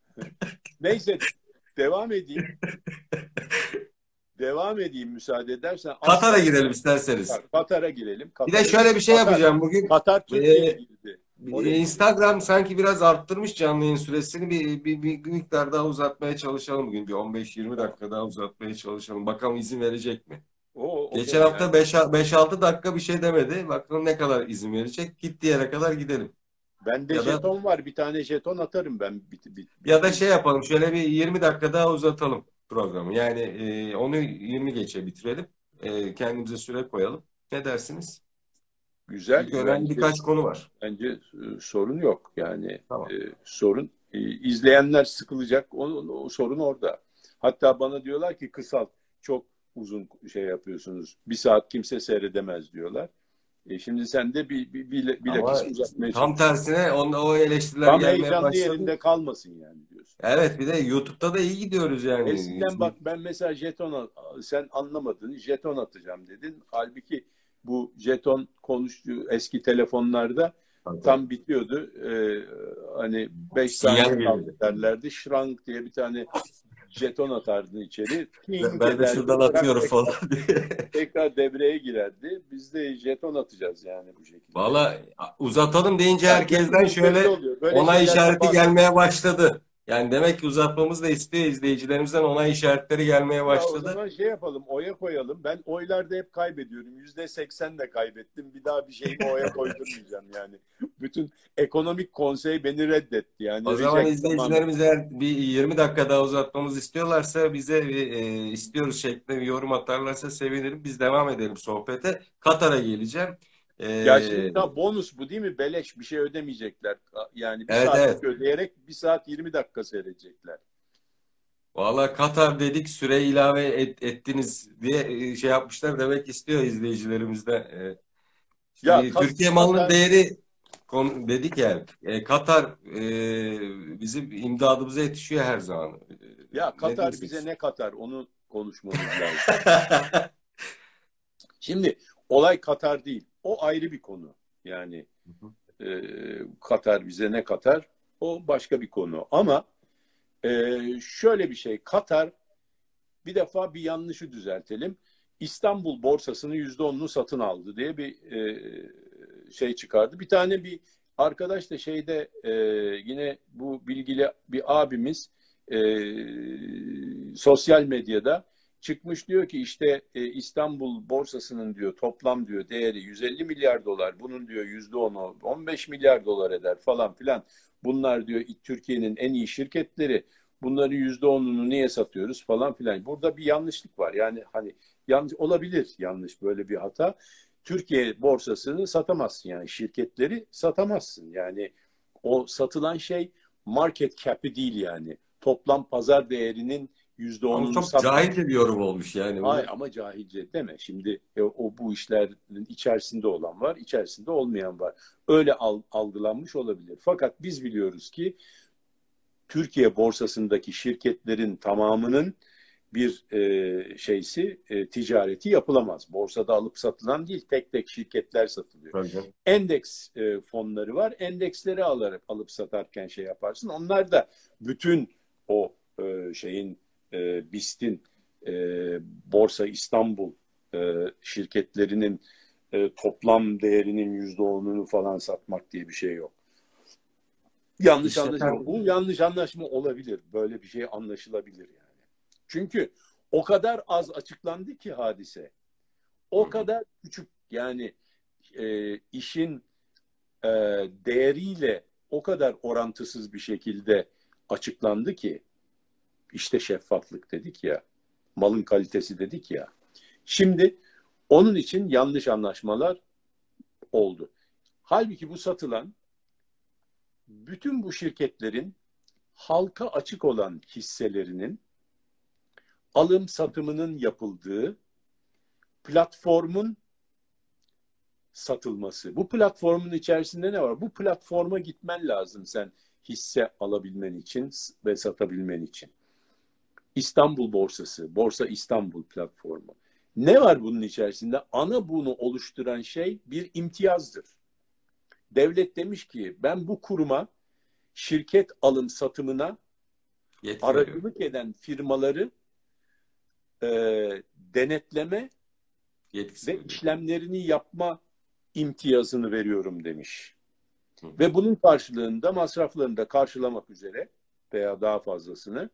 Speaker 2: Neyse devam edeyim. Devam edeyim müsaade edersen.
Speaker 1: Katar'a
Speaker 2: Asla
Speaker 1: girelim isterseniz.
Speaker 2: Katar'a girelim.
Speaker 1: Bir de
Speaker 2: Katar'a
Speaker 1: şöyle
Speaker 2: girelim.
Speaker 1: bir şey
Speaker 2: Katar,
Speaker 1: yapacağım bugün.
Speaker 2: Katar Türkiye'ye
Speaker 1: E,
Speaker 2: girdi. Oraya gidelim.
Speaker 1: Instagram sanki biraz arttırmış canlı yayın süresini. Bir, bir, bir miktar daha uzatmaya çalışalım bugün. Bir on beş yirmi
Speaker 2: Tamam.
Speaker 1: dakika daha uzatmaya çalışalım. Bakalım izin verecek mi?
Speaker 2: O, o
Speaker 1: Geçen
Speaker 2: da
Speaker 1: hafta
Speaker 2: yani.
Speaker 1: beş altı dakika bir şey demedi. Bakalım ne kadar izin verecek. Gittiği yere kadar gidelim.
Speaker 2: Bende
Speaker 1: Ya da
Speaker 2: jeton var. Bir tane jeton atarım ben bit, bit,
Speaker 1: ya da
Speaker 2: bitince.
Speaker 1: şey yapalım. Şöyle bir yirmi dakika daha uzatalım programı. Yani e, onu yirmi geçe bitirelim. E, kendimize süre koyalım. Ne dersiniz?
Speaker 2: Güzel.
Speaker 1: Çünkü önemli
Speaker 2: Bence
Speaker 1: birkaç konu var.
Speaker 2: Bence e, sorun yok. Yani e,
Speaker 1: Tamam.
Speaker 2: sorun e, izleyenler sıkılacak. O, o sorun orada. Hatta bana diyorlar ki kısalt. Çok uzun şey yapıyorsunuz. Bir saat kimse seyredemez diyorlar. E, şimdi sen de bir, bir, bir bilakis
Speaker 1: Ama
Speaker 2: uzatmaya
Speaker 1: tam
Speaker 2: çalışıyorsun.
Speaker 1: tersine on, o eleştiriler
Speaker 2: Tam
Speaker 1: gelmeye
Speaker 2: heyecanlı
Speaker 1: başladı.
Speaker 2: yerinde kalmasın yani diyorsun.
Speaker 1: Evet bir de YouTube'da da iyi gidiyoruz yani.
Speaker 2: Eskiden bak ben mesela jeton sen anlamadın jeton atacağım dedin. Halbuki bu jeton konuştuğu eski telefonlarda
Speaker 1: Tabii, tabii.
Speaker 2: tam bitiyordu. Ee, hani beş
Speaker 1: Sinyal
Speaker 2: saniye kaldı
Speaker 1: verildi.
Speaker 2: derlerdi. Şrank diye bir tane jeton atardın içeri.
Speaker 1: Ben
Speaker 2: Ping
Speaker 1: ben de
Speaker 2: ederdi.
Speaker 1: şuradan
Speaker 2: Bırak
Speaker 1: atıyorum falan
Speaker 2: tekrar,
Speaker 1: diye.
Speaker 2: tekrar devreye girerdi. Biz de jeton atacağız yani bu şekilde.
Speaker 1: Valla uzatalım deyince
Speaker 2: Ya
Speaker 1: herkesten
Speaker 2: gözümüz belli
Speaker 1: şöyle
Speaker 2: oluyor. Böyle
Speaker 1: onay
Speaker 2: şeylerde
Speaker 1: işareti
Speaker 2: bazen
Speaker 1: gelmeye başladı. Yani demek ki uzatmamız da istiyor izleyicilerimizden onay işaretleri gelmeye
Speaker 2: ya o
Speaker 1: başladı.
Speaker 2: zaman şey yapalım, oya koyalım. Ben oylarda hep kaybediyorum. Yüzde seksen de kaybettim. Bir daha bir şeyimi oya koydurmayacağım yani. Bütün ekonomik konsey beni reddetti.
Speaker 1: O
Speaker 2: Yani
Speaker 1: zaman
Speaker 2: reject tamamen.
Speaker 1: izleyicilerimiz eğer bir yirmi dakika daha uzatmamızı istiyorlarsa bize bir, e, istiyoruz şeklinde bir yorum atarlarsa sevinirim. Biz devam edelim sohbete. Katar'a geleceğim.
Speaker 2: Ya şimdi
Speaker 1: E,
Speaker 2: ta bonus bu değil mi? Beleş bir şey ödemeyecekler. Yani bir
Speaker 1: evet
Speaker 2: saatlik
Speaker 1: evet.
Speaker 2: ödeyerek bir saat yirmi dakika seyredecekler.
Speaker 1: Valla Katar dedik süre ilave et- ettiniz diye e, şey yapmışlar. Demek istiyor izleyicilerimiz de. E,
Speaker 2: Ya
Speaker 1: Şimdi
Speaker 2: Kat-
Speaker 1: Türkiye malının
Speaker 2: Katar
Speaker 1: değeri konu, dedik ya e, Katar e, bizim imdadımıza yetişiyor her zaman. E,
Speaker 2: ya
Speaker 1: ne
Speaker 2: Katar bize
Speaker 1: diyorsunuz?
Speaker 2: ne katar onu konuşmamız lazım. Şimdi olay Katar değil. O ayrı bir konu. Yani e, Katar bize ne katar? O başka bir konu. Ama e, şöyle bir şey. Katar bir defa bir yanlışı düzeltelim. İstanbul borsasının yüzde onunu satın aldı diye bir e, şey çıkardı. Bir tane bir arkadaş da şeyde e, yine bu bilgili bir abimiz e, sosyal medyada çıkmış diyor ki işte e, İstanbul borsasının diyor toplam diyor değeri yüz elli milyar dolar. Bunun diyor yüzde onu on beş milyar dolar eder falan filan. Bunlar diyor Türkiye'nin en iyi şirketleri. Bunların yüzde onunu niye satıyoruz falan filan. Burada bir yanlışlık var. Yani hani yanlış olabilir, yanlış böyle bir hata. Türkiye borsasını satamazsın, yani şirketleri satamazsın. Yani o satılan şey market cap'i değil yani. Toplam pazar değerinin yüzde
Speaker 1: Ama
Speaker 2: onunu
Speaker 1: çok
Speaker 2: satmak.
Speaker 1: cahilce bir yorum olmuş yani
Speaker 2: Hayır,
Speaker 1: bunu.
Speaker 2: ama cahilce deme. Şimdi e, o bu işlerin içerisinde olan var, içerisinde olmayan var. Öyle al, algılanmış olabilir. Fakat biz biliyoruz ki Türkiye borsasındaki şirketlerin tamamının bir e, şeysi e, ticareti yapılamaz. Borsada alıp satılan değil, tek tek şirketler satılıyor.
Speaker 1: Tabii canım.
Speaker 2: Endeks e, fonları var. Endeksleri alarak alıp satarken şey yaparsın. Onlar da bütün o e, şeyin e, BIST'in e, Borsa İstanbul e, şirketlerinin e, toplam değerinin yüzde onunu falan satmak diye bir şey yok. Yanlış anlaşılma.
Speaker 1: İşleten
Speaker 2: Bu yanlış anlaşma olabilir. Böyle bir şey anlaşılabilir yani. Çünkü o kadar az açıklandı ki hadise.
Speaker 1: Hı
Speaker 2: O
Speaker 1: hı.
Speaker 2: kadar küçük, yani e, işin e, değeriyle o kadar orantısız bir şekilde açıklandı ki, işte şeffaflık dedik ya, malın kalitesi dedik ya. Şimdi onun için yanlış anlaşmalar oldu. Halbuki bu satılan bütün bu şirketlerin halka açık olan hisselerinin alım satımının yapıldığı platformun satılması. Bu platformun içerisinde ne var? Bu platforma gitmen lazım sen hisse alabilmen için ve satabilmen için. İstanbul Borsası, Borsa İstanbul platformu. Ne var bunun içerisinde? Ana bunu oluşturan şey bir imtiyazdır. Devlet demiş ki ben bu kuruma şirket alım satımına
Speaker 1: Yetki veriyorum.
Speaker 2: aracılık eden firmaları e, denetleme
Speaker 1: Yetkisi
Speaker 2: ve
Speaker 1: veriyorum.
Speaker 2: işlemlerini yapma imtiyazını veriyorum demiş.
Speaker 1: Hı hı.
Speaker 2: Ve bunun karşılığında masraflarını da karşılamak üzere veya daha fazlasını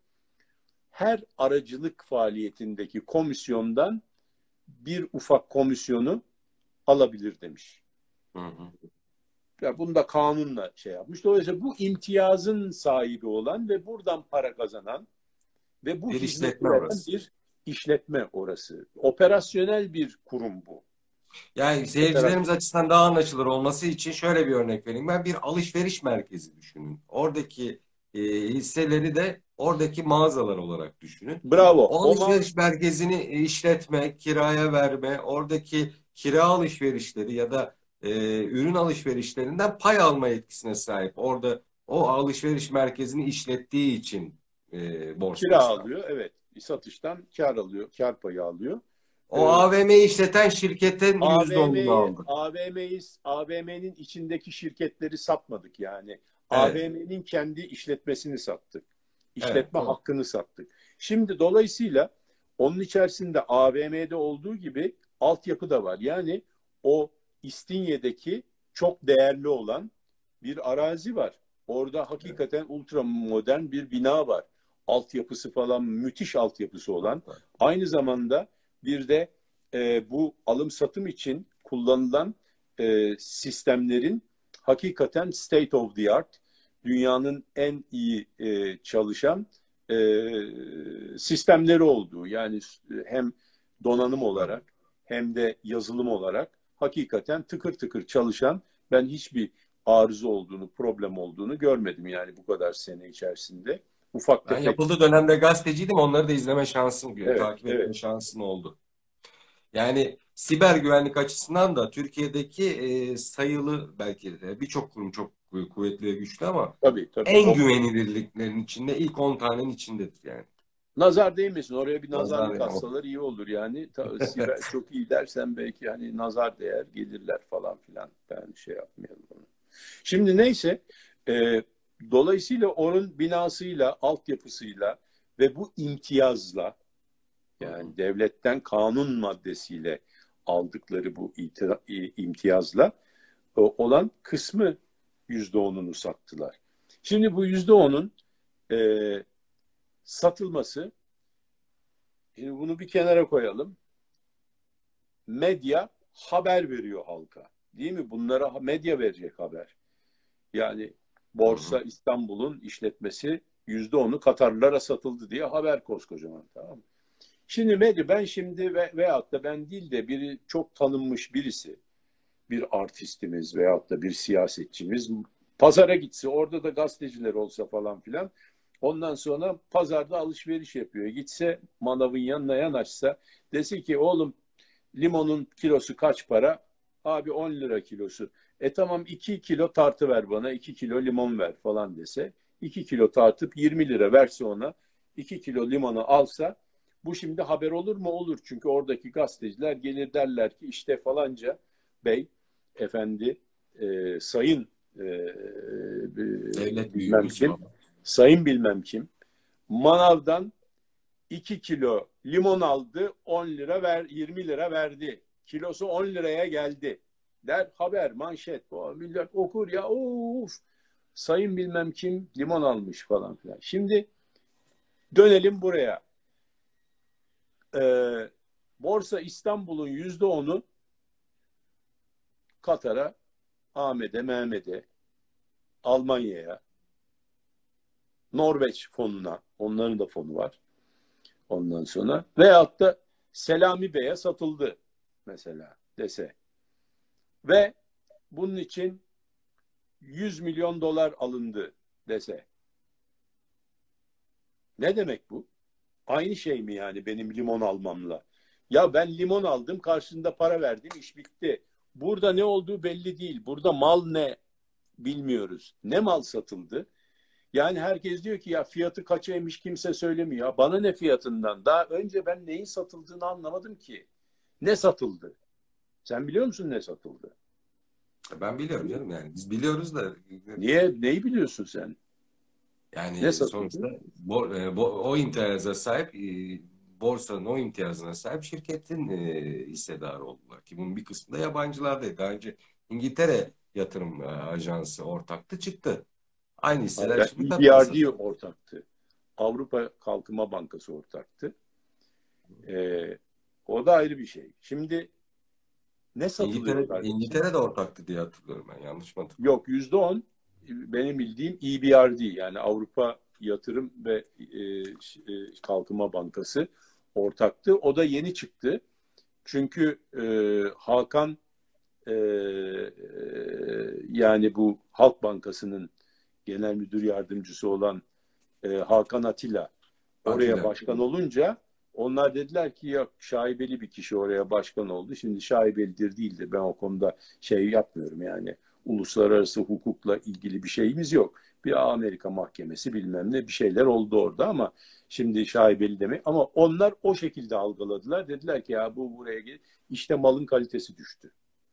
Speaker 2: her aracılık faaliyetindeki komisyondan bir ufak komisyonu alabilir demiş.
Speaker 1: Hı hı.
Speaker 2: Ya bunu da kanunla şey yapmış. Dolayısıyla bu imtiyazın sahibi olan ve buradan para kazanan ve bu
Speaker 1: Bir
Speaker 2: hizmeti
Speaker 1: işletme
Speaker 2: veren
Speaker 1: orası.
Speaker 2: bir işletme orası. Operasyonel bir kurum bu.
Speaker 1: Yani seyircilerimiz
Speaker 2: Operasyon.
Speaker 1: açısından daha anlaşılır olması için şöyle bir örnek vereyim. Ben bir alışveriş merkezi düşünün. Oradaki e, hisseleri de oradaki mağazalar olarak düşünün.
Speaker 2: Bravo.
Speaker 1: O
Speaker 2: O mal
Speaker 1: alışveriş merkezini işletme, kiraya verme, oradaki kira alışverişleri ya da e, ürün alışverişlerinden pay alma yetkisine sahip. Orada o alışveriş merkezini işlettiği için e, Borsa
Speaker 2: kira
Speaker 1: İstanbul.
Speaker 2: alıyor. Evet. Satıştan kar alıyor. Kar payı alıyor.
Speaker 1: O
Speaker 2: Ee,
Speaker 1: A V M'yi işleten şirketin yüzde onunu
Speaker 2: AVM'yi
Speaker 1: aldı.
Speaker 2: A V M'yi A V M'nin içindeki şirketleri satmadık yani.
Speaker 1: Evet,
Speaker 2: A V M'nin kendi işletmesini sattık.
Speaker 1: evet.
Speaker 2: İşletme hakkını sattık. Şimdi dolayısıyla onun içerisinde A V M'de olduğu gibi altyapı da var. Yani o İstinye'deki çok değerli olan bir arazi var. Orada hakikaten ultra modern bir bina var. Altyapısı falan müthiş altyapısı olan. Aynı zamanda bir de e, bu alım satım için kullanılan e, sistemlerin hakikaten state of the art, dünyanın en iyi e, çalışan e, sistemleri olduğu, yani hem donanım olarak hem de yazılım olarak hakikaten tıkır tıkır çalışan, ben hiçbir arıza olduğunu, problem olduğunu görmedim yani bu kadar sene içerisinde. Ufak
Speaker 1: Ben
Speaker 2: tefek.
Speaker 1: yapıldığı dönemde gazeteciydim. Onları da izleme şansım,
Speaker 2: Evet,
Speaker 1: takip etme
Speaker 2: evet.
Speaker 1: şansım oldu. Yani siber güvenlik açısından da Türkiye'deki e, sayılı belki de birçok kurum çok kuvvetli ve güçlü ama
Speaker 2: Tabii, tabii.
Speaker 1: en
Speaker 2: O,
Speaker 1: güvenilirliklerin içinde ilk on tanenin içindedir yani.
Speaker 2: nazar değmesin. Oraya bir
Speaker 1: Nazar
Speaker 2: nazarlık
Speaker 1: ya.
Speaker 2: atsalar iyi olur yani. Ta, siber çok iyi dersen belki hani nazar değer gelirler falan filan. Ben şey yapmayalım onu. Şimdi neyse, e, dolayısıyla onun binasıyla, altyapısıyla ve bu imtiyazla,
Speaker 1: Hı hı.
Speaker 2: yani devletten kanun maddesiyle aldıkları bu itira, i- imtiyazla e, olan kısmı yüzde onunu sattılar. Şimdi bu yüzde onun e, satılması Şimdi bunu bir kenara koyalım. Medya haber veriyor halka. Değil mi? Bunlara medya verecek haber. Yani
Speaker 1: Hı
Speaker 2: Borsa
Speaker 1: hı.
Speaker 2: İstanbul'un işletmesi yüzde onu Katarlılara satıldı diye haber koskocaman. Tamam mı? Şimdi medya, ben şimdi ve, veyahut da ben değil de biri çok tanınmış birisi, bir artistimiz veyahut da bir siyasetçimiz pazara gitse, orada da gazeteciler olsa falan filan, ondan sonra pazarda alışveriş yapıyor. Gitse manavın yanına yanaşsa, dese ki oğlum limonun kilosu kaç para? Abi on lira kilosu. E tamam, iki kilo tartı ver bana, iki kilo limon ver falan dese, iki kilo tartıp yirmi lira verse ona, iki kilo limonu alsa, bu şimdi haber olur mu? Olur. Çünkü oradaki gazeteciler gelir, derler ki işte falanca bey, efendi, e, sayın e, e,
Speaker 1: Devlet
Speaker 2: bilmem
Speaker 1: büyüğümüz
Speaker 2: kim,
Speaker 1: falan.
Speaker 2: sayın bilmem kim, manavdan iki kilo limon aldı, on lira ver, yirmi lira verdi. Kilosu on liraya geldi. Der haber, manşet. O millet okur ya, of, sayın bilmem kim limon almış falan filan. Şimdi dönelim buraya. Ee, Borsa İstanbul'un yüzde onu Katar'a, Ahmet'e, Mehmet'e, Almanya'ya, Norveç fonuna, onların da fonu var ondan sonra, veyahut da Selami Bey'e satıldı mesela dese. Ve bunun için yüz milyon dolar alındı dese. Ne demek bu? Aynı şey mi yani benim limon almamla? Ya ben limon aldım, karşında para verdim, iş bitti. Burada ne olduğu belli değil. Burada mal ne bilmiyoruz. Ne mal satıldı? Yani herkes diyor ki ya fiyatı kaçaymış, kimse söylemiyor. Bana ne fiyatından? Daha önce ben neyin satıldığını anlamadım ki. Ne satıldı? Sen biliyor musun ne satıldı?
Speaker 1: Ben biliyorum canım, yani biz biliyoruz da
Speaker 2: Niye? Neyi biliyorsun sen? Ne
Speaker 1: yani
Speaker 2: satıldı?
Speaker 1: sonuçta bo, e, bo, o imtiyaza sahip e, borsanın o imtiyazına sahip şirketin e, hissedarı oldular ki bunun bir kısmı da yabancılardaydı. Daha önce İngiltere Yatırım e, Ajansı ortaktı, çıktı. Aynı hisseler
Speaker 2: Hayır,
Speaker 1: şimdi Katar'a
Speaker 2: E B R D
Speaker 1: satıldı.
Speaker 2: ortaktı. Avrupa Kalkınma Bankası ortaktı. Ee, O da ayrı bir şey. Şimdi ne satılıyor
Speaker 1: İngiltere,
Speaker 2: kardeşim?
Speaker 1: İngiltere de ortaktı diye hatırlıyorum ben. Yanlış mı hatırlıyorum?
Speaker 2: Yok, yüzde on benim bildiğim E B R D, yani Avrupa Yatırım ve e, e, Kalkınma Bankası ortaktı. O da yeni çıktı. Çünkü e, Hakan, e, e, yani bu Halk Bankası'nın genel müdür yardımcısı olan e, Hakan Atilla oraya
Speaker 1: Atilla.
Speaker 2: başkan olunca, onlar dediler ki yok, şaibeli bir kişi oraya başkan oldu. Şimdi şaibelidir değildir. Ben o konuda şey yapmıyorum yani. Uluslararası hukukla ilgili bir şeyimiz yok. Bir Amerika mahkemesi bilmem ne bir şeyler oldu orada, ama şimdi şaibeli demek. Ama onlar o şekilde algıladılar. Dediler ki ya bu buraya gel. İşte malın kalitesi düştü.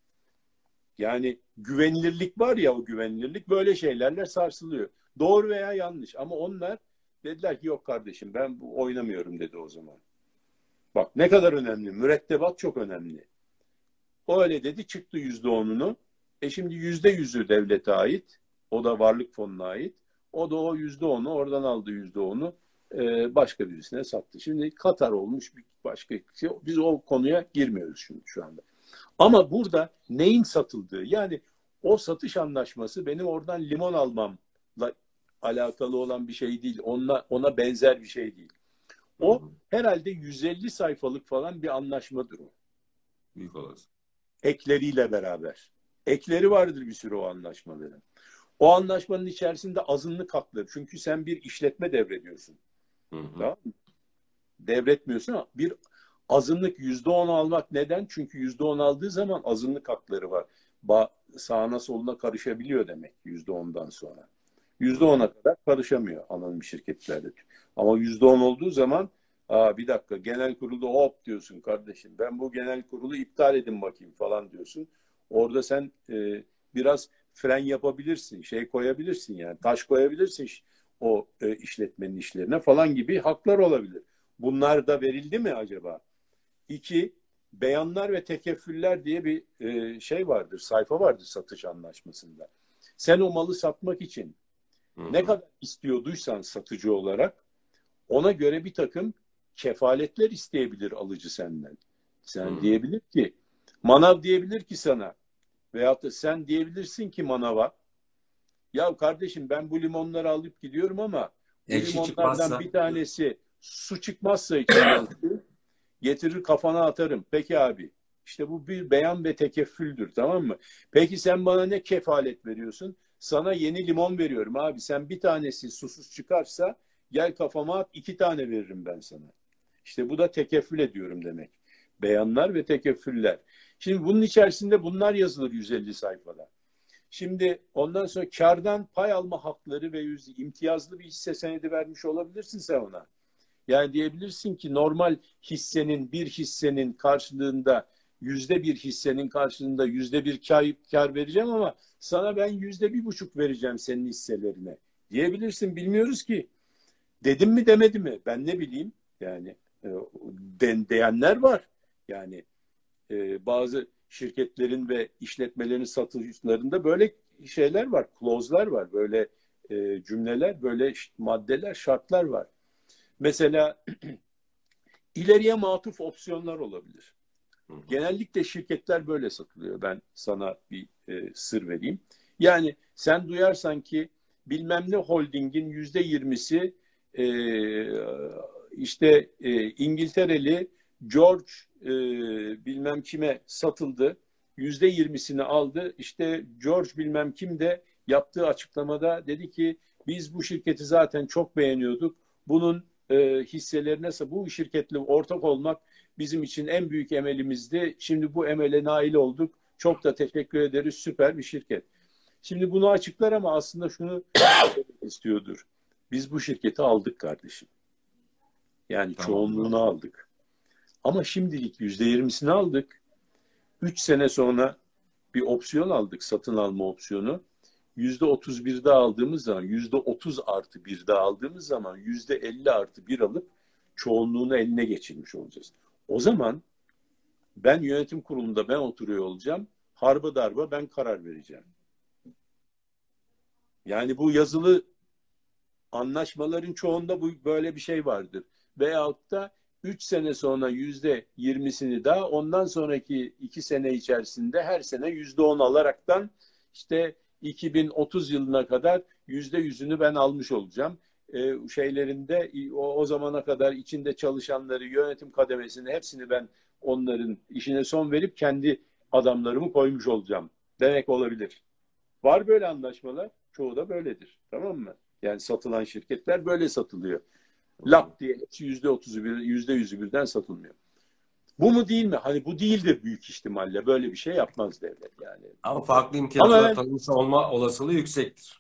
Speaker 2: Yani güvenilirlik var ya, o güvenilirlik böyle şeylerle sarsılıyor. Doğru veya yanlış, ama onlar dediler ki yok kardeşim, ben bu oynamıyorum dedi o zaman. Bak ne kadar önemli. Mürettebat çok önemli. O öyle dedi, çıktı yüzde onunu. E şimdi yüzde yüzü devlete ait. O da varlık fonuna ait. O da o yüzde onu oradan aldı, yüzde onu e, başka birisine sattı. Şimdi Katar olmuş bir başka şey. Biz o konuya girmiyoruz şimdi şu anda. Ama burada neyin satıldığı, yani o satış anlaşması benim oradan limon almamla alakalı olan bir şey değil. Ona, ona benzer bir şey değil.
Speaker 1: Hı
Speaker 2: O
Speaker 1: hı.
Speaker 2: herhalde yüz elli sayfalık falan bir anlaşmadır o.
Speaker 1: Büyük olasılık.
Speaker 2: Ekleriyle beraber. Ekleri vardır bir sürü o anlaşmaların. O anlaşmanın içerisinde azınlık hakları. Çünkü sen bir işletme devrediyorsun.
Speaker 1: Hı hı.
Speaker 2: Tamam mı? Devretmiyorsun ama bir azınlık yüzde on almak neden? Çünkü yüzde on aldığı zaman azınlık hakları var. Ba sağına soluna karışabiliyor demek yüzde ondan sonra.
Speaker 1: Hı
Speaker 2: Yüzde
Speaker 1: hı.
Speaker 2: ona kadar karışamıyor anonim şirketlerde. Ama yüzde on olduğu zaman, aa, bir dakika, genel kurulda hop diyorsun kardeşim, ben bu genel kurulu iptal edin bakayım falan diyorsun. Orada sen e, biraz fren yapabilirsin, şey koyabilirsin, yani taş koyabilirsin o e, işletmenin işlerine falan gibi haklar olabilir. Bunlar da verildi mi acaba? İki, beyanlar ve tekeffüller diye bir e, şey vardır, sayfa vardır satış anlaşmasında. Sen o malı satmak için
Speaker 1: Hı
Speaker 2: ne
Speaker 1: hı.
Speaker 2: kadar istiyorduysan satıcı olarak, ona göre bir takım kefaletler isteyebilir alıcı senden. Sen
Speaker 1: Hmm.
Speaker 2: diyebilir ki, manav diyebilir ki sana, veyahut da sen diyebilirsin ki manava, ya kardeşim ben bu limonları alıp gidiyorum ama bu
Speaker 1: Ekşi
Speaker 2: limonlardan
Speaker 1: çıkmazsa
Speaker 2: bir tanesi su çıkmazsa içinden getirir kafana atarım. Peki abi. İşte bu bir beyan ve tekeffüldür, tamam mı? Peki sen bana ne kefalet veriyorsun? Sana yeni limon veriyorum abi. Sen bir tanesi susuz çıkarsa gel kafama at, iki tane veririm ben sana. İşte bu da tekeffül ediyorum demek. Beyanlar ve tekeffüller. Şimdi bunun içerisinde bunlar yazılır yüz elli sayfada. Şimdi ondan sonra kardan pay alma hakları ve yüz, imtiyazlı bir hisse senedi vermiş olabilirsin sen ona. Yani diyebilirsin ki normal hissenin, bir hissenin karşılığında, yüzde bir hissenin karşılığında yüzde bir kar, kar vereceğim ama sana ben yüzde bir buçuk vereceğim senin hisselerine diyebilirsin. Bilmiyoruz ki. Dedim mi demedi mi? Ben ne bileyim. Yani e, den, diyenler var. Yani e, bazı şirketlerin ve işletmelerin satışlarında böyle şeyler var. Clause'lar var. Böyle e, cümleler, böyle maddeler, şartlar var. Mesela ileriye matuf opsiyonlar olabilir. Genellikle şirketler böyle satılıyor. Ben sana bir e, sır vereyim. Yani sen duyarsan ki bilmem ne holdingin yüzde yirmisi e, işte e, İngiltereli George e, bilmem kime satıldı. Yüzde yirmisini aldı. İşte George bilmem kim de yaptığı açıklamada dedi ki biz bu şirketi zaten çok beğeniyorduk. Bunun e, hisselerine, bu şirketle ortak olmak bizim için en büyük emelimizdi. Şimdi bu emele nail olduk. Çok da teşekkür ederiz. Süper bir şirket. Şimdi bunu açıklar ama aslında şunu istiyordur. Biz bu şirketi aldık kardeşim. Yani
Speaker 1: tamam.
Speaker 2: çoğunluğunu aldık. Ama şimdilik yüzde yirmisini aldık. Üç sene sonra bir opsiyon aldık. Satın alma opsiyonu. Yüzde otuz birde aldığımız zaman, yüzde otuz artı birde aldığımız zaman yüzde elli artı bir alıp çoğunluğunu eline geçirmiş olacağız. O zaman ben yönetim kurulunda ben oturuyor olacağım. Harba darba ben karar vereceğim. Yani bu yazılı anlaşmaların çoğunda bu böyle bir şey vardır. Veyahut da üç sene sonra yüzde yirmisini daha, ondan sonraki iki sene içerisinde her sene yüzde on alaraktan işte iki bin otuz yılına kadar yüzde yüzünü ben almış olacağım. Ee, şeylerinde o, o zamana kadar içinde çalışanları, yönetim kademesini hepsini ben onların işine son verip kendi adamlarımı koymuş olacağım demek olabilir. Var böyle anlaşmalar. Çoğu da böyledir. Tamam mı? Yani satılan şirketler böyle satılıyor. Lap diye yüzde otuzu bir, yüzde yüzü birden satılmıyor. Bu mu değil mi? Hani bu değildir büyük ihtimalle. Böyle bir şey yapmaz devlet yani.
Speaker 1: Ama farklı
Speaker 2: Ama
Speaker 1: imtiyazlar
Speaker 2: ben,
Speaker 1: tanınmış olma olasılığı yüksektir.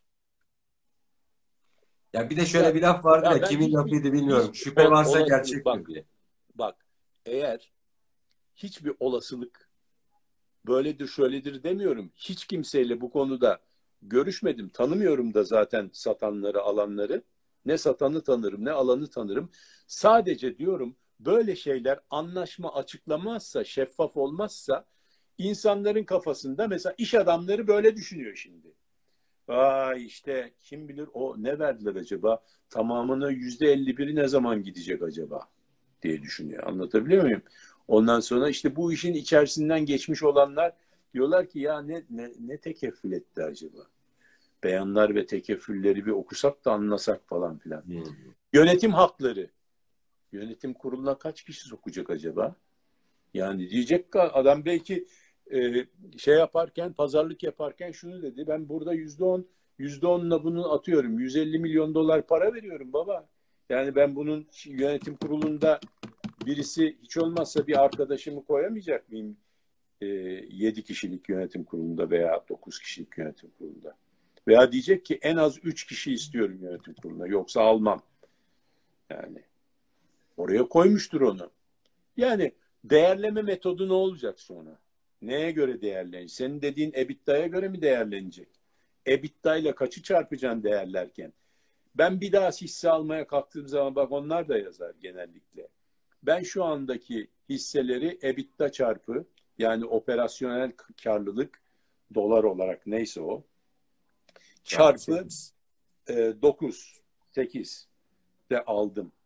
Speaker 1: Ya bir de
Speaker 2: ya,
Speaker 1: şöyle bir laf vardır
Speaker 2: ya
Speaker 1: ya,
Speaker 2: ben
Speaker 1: kimin
Speaker 2: hiçbir
Speaker 1: lafıydı bilmiyorum.
Speaker 2: hiçbir
Speaker 1: Şüphe
Speaker 2: ol-
Speaker 1: varsa
Speaker 2: olasılık
Speaker 1: gerçektir
Speaker 2: bak
Speaker 1: diye.
Speaker 2: bak eğer hiçbir olasılık böyledir şöyledir demiyorum. Hiç kimseyle bu konuda görüşmedim. Tanımıyorum da zaten satanları, alanları. Ne satanı tanırım, ne alanı tanırım. Sadece diyorum böyle şeyler anlaşma açıklamazsa, şeffaf olmazsa insanların kafasında mesela iş adamları böyle düşünüyor şimdi. Vay işte kim bilir o ne verdiler acaba? Tamamını yüzde elli biri ne zaman gidecek acaba diye düşünüyor. Anlatabiliyor muyum? Ondan sonra işte bu işin içerisinden geçmiş olanlar diyorlar ki ya ne ne, ne tekeffül etti acaba? Beyanlar ve tekeffülleri bir okusak da anlasak falan filan.
Speaker 1: Hmm.
Speaker 2: Yönetim hakları. Yönetim kuruluna kaç kişi sokacak acaba? Yani diyecek ki adam belki e, şey yaparken, pazarlık yaparken şunu dedi. Ben burada yüzde on, yüzde onla bunu atıyorum. yüz elli milyon dolar para veriyorum baba. Yani ben bunun yönetim kurulunda birisi hiç olmazsa bir arkadaşımı koyamayacak mıyım? E, yedi kişilik yönetim kurulunda veya dokuz kişilik yönetim kurulunda. Veya diyecek ki en az üç kişi istiyorum yönetim kuruluna. Yoksa almam. Yani oraya koymuştur onu. Yani değerleme metodu ne olacak sonra? Neye göre değerlenecek? Senin dediğin EBITDA'ya göre mi değerlenecek? EBITDA ile kaçı çarpacaksın değerlerken? Ben bir daha hisse almaya kalktığım zaman bak onlar da yazar genellikle. Ben şu andaki hisseleri EBITDA çarpı yani operasyonel karlılık dolar olarak neyse o çarpı e, dokuz, sekiz de aldım.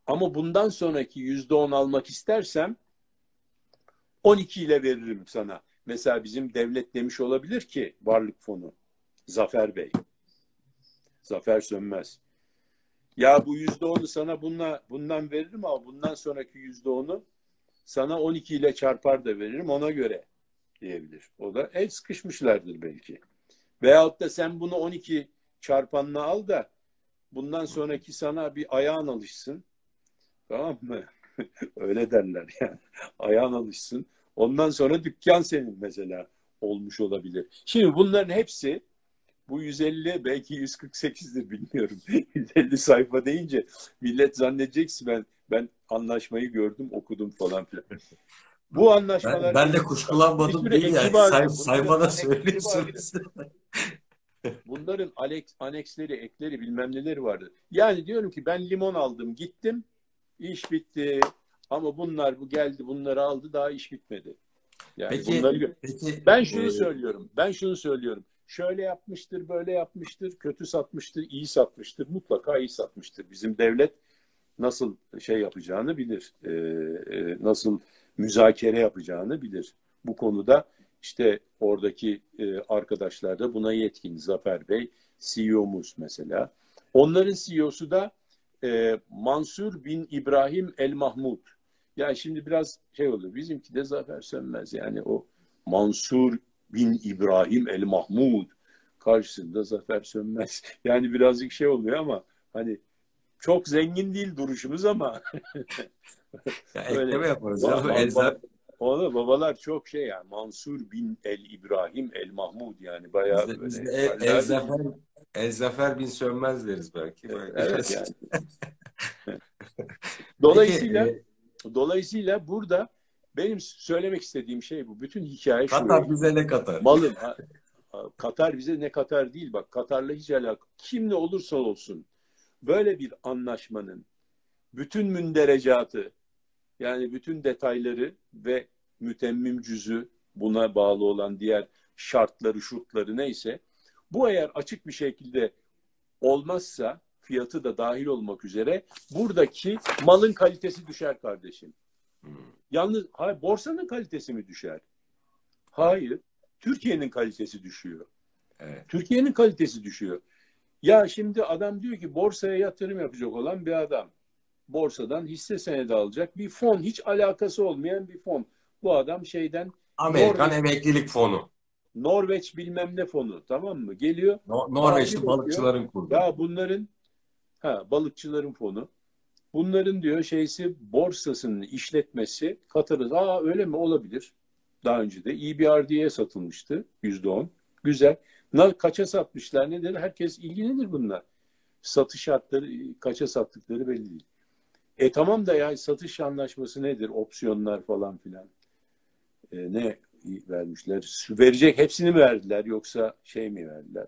Speaker 2: Ama bundan sonraki yüzde on almak istersem on iki ile veririm sana. Mesela bizim devlet demiş olabilir ki varlık fonu. Zafer Bey. Zafer Sönmez. Ya bu yüzde onu sana bunla, bundan veririm ama bundan sonraki yüzde onu sana on iki ile çarpar da veririm ona göre diyebilir. O da el sıkışmışlardır belki. Veyahut da sen bunu on iki çarpanla al da bundan sonraki sana bir ayağın alışsın. Tamam mı? Öyle derler yani. Ayağın alışsın. Ondan sonra dükkan senin mesela olmuş olabilir. Şimdi bunların hepsi bu yüz elli belki yüz kırk sekizdir bilmiyorum. yüz elli sayfa deyince millet zannedeceksin ben ben anlaşmayı gördüm okudum falan filan. Bu
Speaker 3: Ben,
Speaker 2: anlaşmalar
Speaker 3: ben de
Speaker 2: bir
Speaker 3: kuşkulanmadım
Speaker 2: sürü
Speaker 3: değil
Speaker 2: eki
Speaker 3: yani.
Speaker 2: vardı.
Speaker 3: Say,
Speaker 2: Bunların
Speaker 3: sayfada
Speaker 2: anexleri vardı.
Speaker 3: söylüyorsunuz.
Speaker 2: Bunların alex, aneksleri, ekleri bilmem neleri vardı. Yani diyorum ki ben limon aldım gittim. İş bitti. Ama bunlar bu geldi bunları aldı daha iş bitmedi. Yani
Speaker 3: Peki,
Speaker 2: bunları
Speaker 3: peki
Speaker 2: ben şunu
Speaker 3: e,
Speaker 2: söylüyorum. Ben şunu söylüyorum. Şöyle yapmıştır, böyle yapmıştır, kötü satmıştır, iyi satmıştır. Mutlaka iyi satmıştır. Bizim devlet nasıl şey yapacağını bilir. E, e, nasıl müzakere yapacağını bilir. Bu konuda işte oradaki e, arkadaşlar da buna yetkin. Zafer Bey, C E O'muz mesela. Onların C E O'su da e, Mansur bin İbrahim El Mahmud. Ya şimdi biraz şey oldu. Bizimki de Zafer Sönmez. Yani o Mansur bin İbrahim El Mahmud karşısında Zafer Sönmez. Yani birazcık şey oluyor ama hani çok zengin değil duruşumuz ama
Speaker 3: ya
Speaker 2: böyle
Speaker 3: ekleme yaparız
Speaker 2: ba-
Speaker 3: canım.
Speaker 2: ba-
Speaker 3: Elzem,
Speaker 2: ba- onu babalar çok şey yani Mansur bin El İbrahim El Mahmud yani bayağı
Speaker 3: bizde,
Speaker 2: böyle
Speaker 3: bizde El,
Speaker 2: bayağı iyi.
Speaker 3: Elzafer, Elzafer bin Sönmez deriz belki. Böyle
Speaker 2: Evet
Speaker 3: biraz.
Speaker 2: yani.
Speaker 3: Peki
Speaker 2: Dolayısıyla
Speaker 3: e,
Speaker 2: dolayısıyla burada benim söylemek istediğim şey bu. Bütün hikaye şuraya
Speaker 3: Katar
Speaker 2: gidiyor.
Speaker 3: bize ne katar?
Speaker 2: Malın ha, Katar bize ne Katar değil bak Katar'la hiç alakalı. Kim ne olursa olsun böyle bir anlaşmanın bütün münderecatı yani bütün detayları ve mütemmim cüzü buna bağlı olan diğer şartları, şurtları neyse bu eğer açık bir şekilde olmazsa fiyatı da dahil olmak üzere buradaki malın kalitesi düşer kardeşim.
Speaker 3: Hmm,
Speaker 2: Yalnız hayır, borsanın kalitesi mi düşer? Hayır. Türkiye'nin kalitesi düşüyor.
Speaker 3: evet.
Speaker 2: Türkiye'nin kalitesi düşüyor. Ya şimdi adam diyor ki borsaya yatırım yapacak olan bir adam. Borsadan hisse senedi alacak. Bir fon, hiç alakası olmayan bir fon. Bu adam şeyden
Speaker 3: Amerikan
Speaker 2: Norveç,
Speaker 3: Emeklilik Fonu.
Speaker 2: Norveç bilmem ne fonu tamam mı? Geliyor.
Speaker 3: No-
Speaker 2: Aa, bir
Speaker 3: Norveçli
Speaker 2: bakıyor.
Speaker 3: balıkçıların kurdu.
Speaker 2: Ya bunların ha, balıkçıların fonu. Bunların diyor şeysi borsasının işletmesi Katar'ı. Aa öyle mi? Olabilir. Daha önce de E B R D'ye satılmıştı. yüzde on. Güzel. Na, kaça satmışlar nedir? Herkes ilgilenir bunlar. Satış şartları kaça sattıkları belli değil. E tamam da ya satış anlaşması nedir? Opsiyonlar falan filan. E, ne vermişler? Verecek hepsini mi verdiler yoksa şey mi verdiler?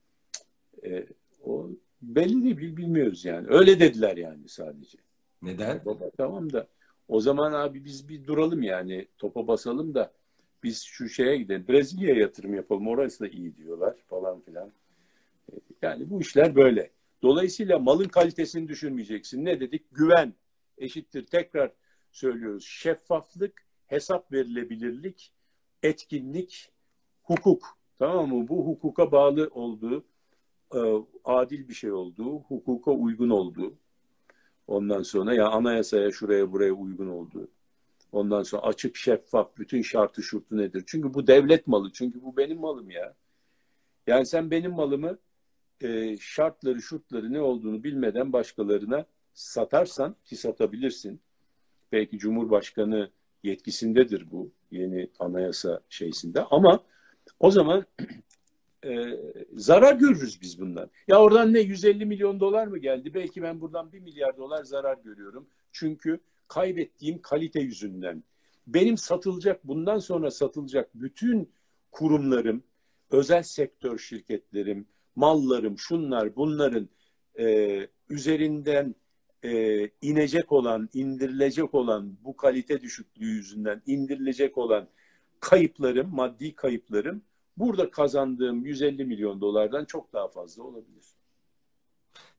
Speaker 2: E, o belli değil bilmiyoruz yani. Öyle dediler yani sadece.
Speaker 3: Neden?
Speaker 2: Baba tamam da o zaman abi biz bir duralım yani topa basalım da biz şu şeye gidelim. Brezilya'ya yatırım yapalım. Orası da iyi diyorlar falan filan. Yani bu işler böyle. Dolayısıyla malın kalitesini düşürmeyeceksin. Ne dedik? Güven eşittir. Tekrar söylüyoruz. Şeffaflık, hesap verilebilirlik, etkinlik, hukuk. Tamam mı? Bu hukuka bağlı olduğu, adil bir şey olduğu, hukuka uygun olduğu. Ondan sonra ya anayasaya şuraya buraya uygun olduğu. Ondan sonra açık, şeffaf, bütün şartı şurtu nedir? Çünkü bu devlet malı. Çünkü bu benim malım ya. Yani sen benim malımı e, şartları, şurtları ne olduğunu bilmeden başkalarına satarsan ki satabilirsin. Belki Cumhurbaşkanı yetkisindedir bu yeni anayasa şeysinde. Ama o zaman e, zarar görürüz biz bundan. Ya oradan ne yüz elli milyon dolar mı geldi? Belki ben buradan bir milyar dolar zarar görüyorum. Çünkü kaybettiğim kalite yüzünden. Benim satılacak, bundan sonra satılacak bütün kurumlarım, özel sektör şirketlerim, mallarım, şunlar, bunların e, üzerinden e, inecek olan, indirilecek olan bu kalite düşüklüğü yüzünden indirilecek olan kayıplarım, maddi kayıplarım burada kazandığım yüz elli milyon dolardan çok daha fazla olabilir.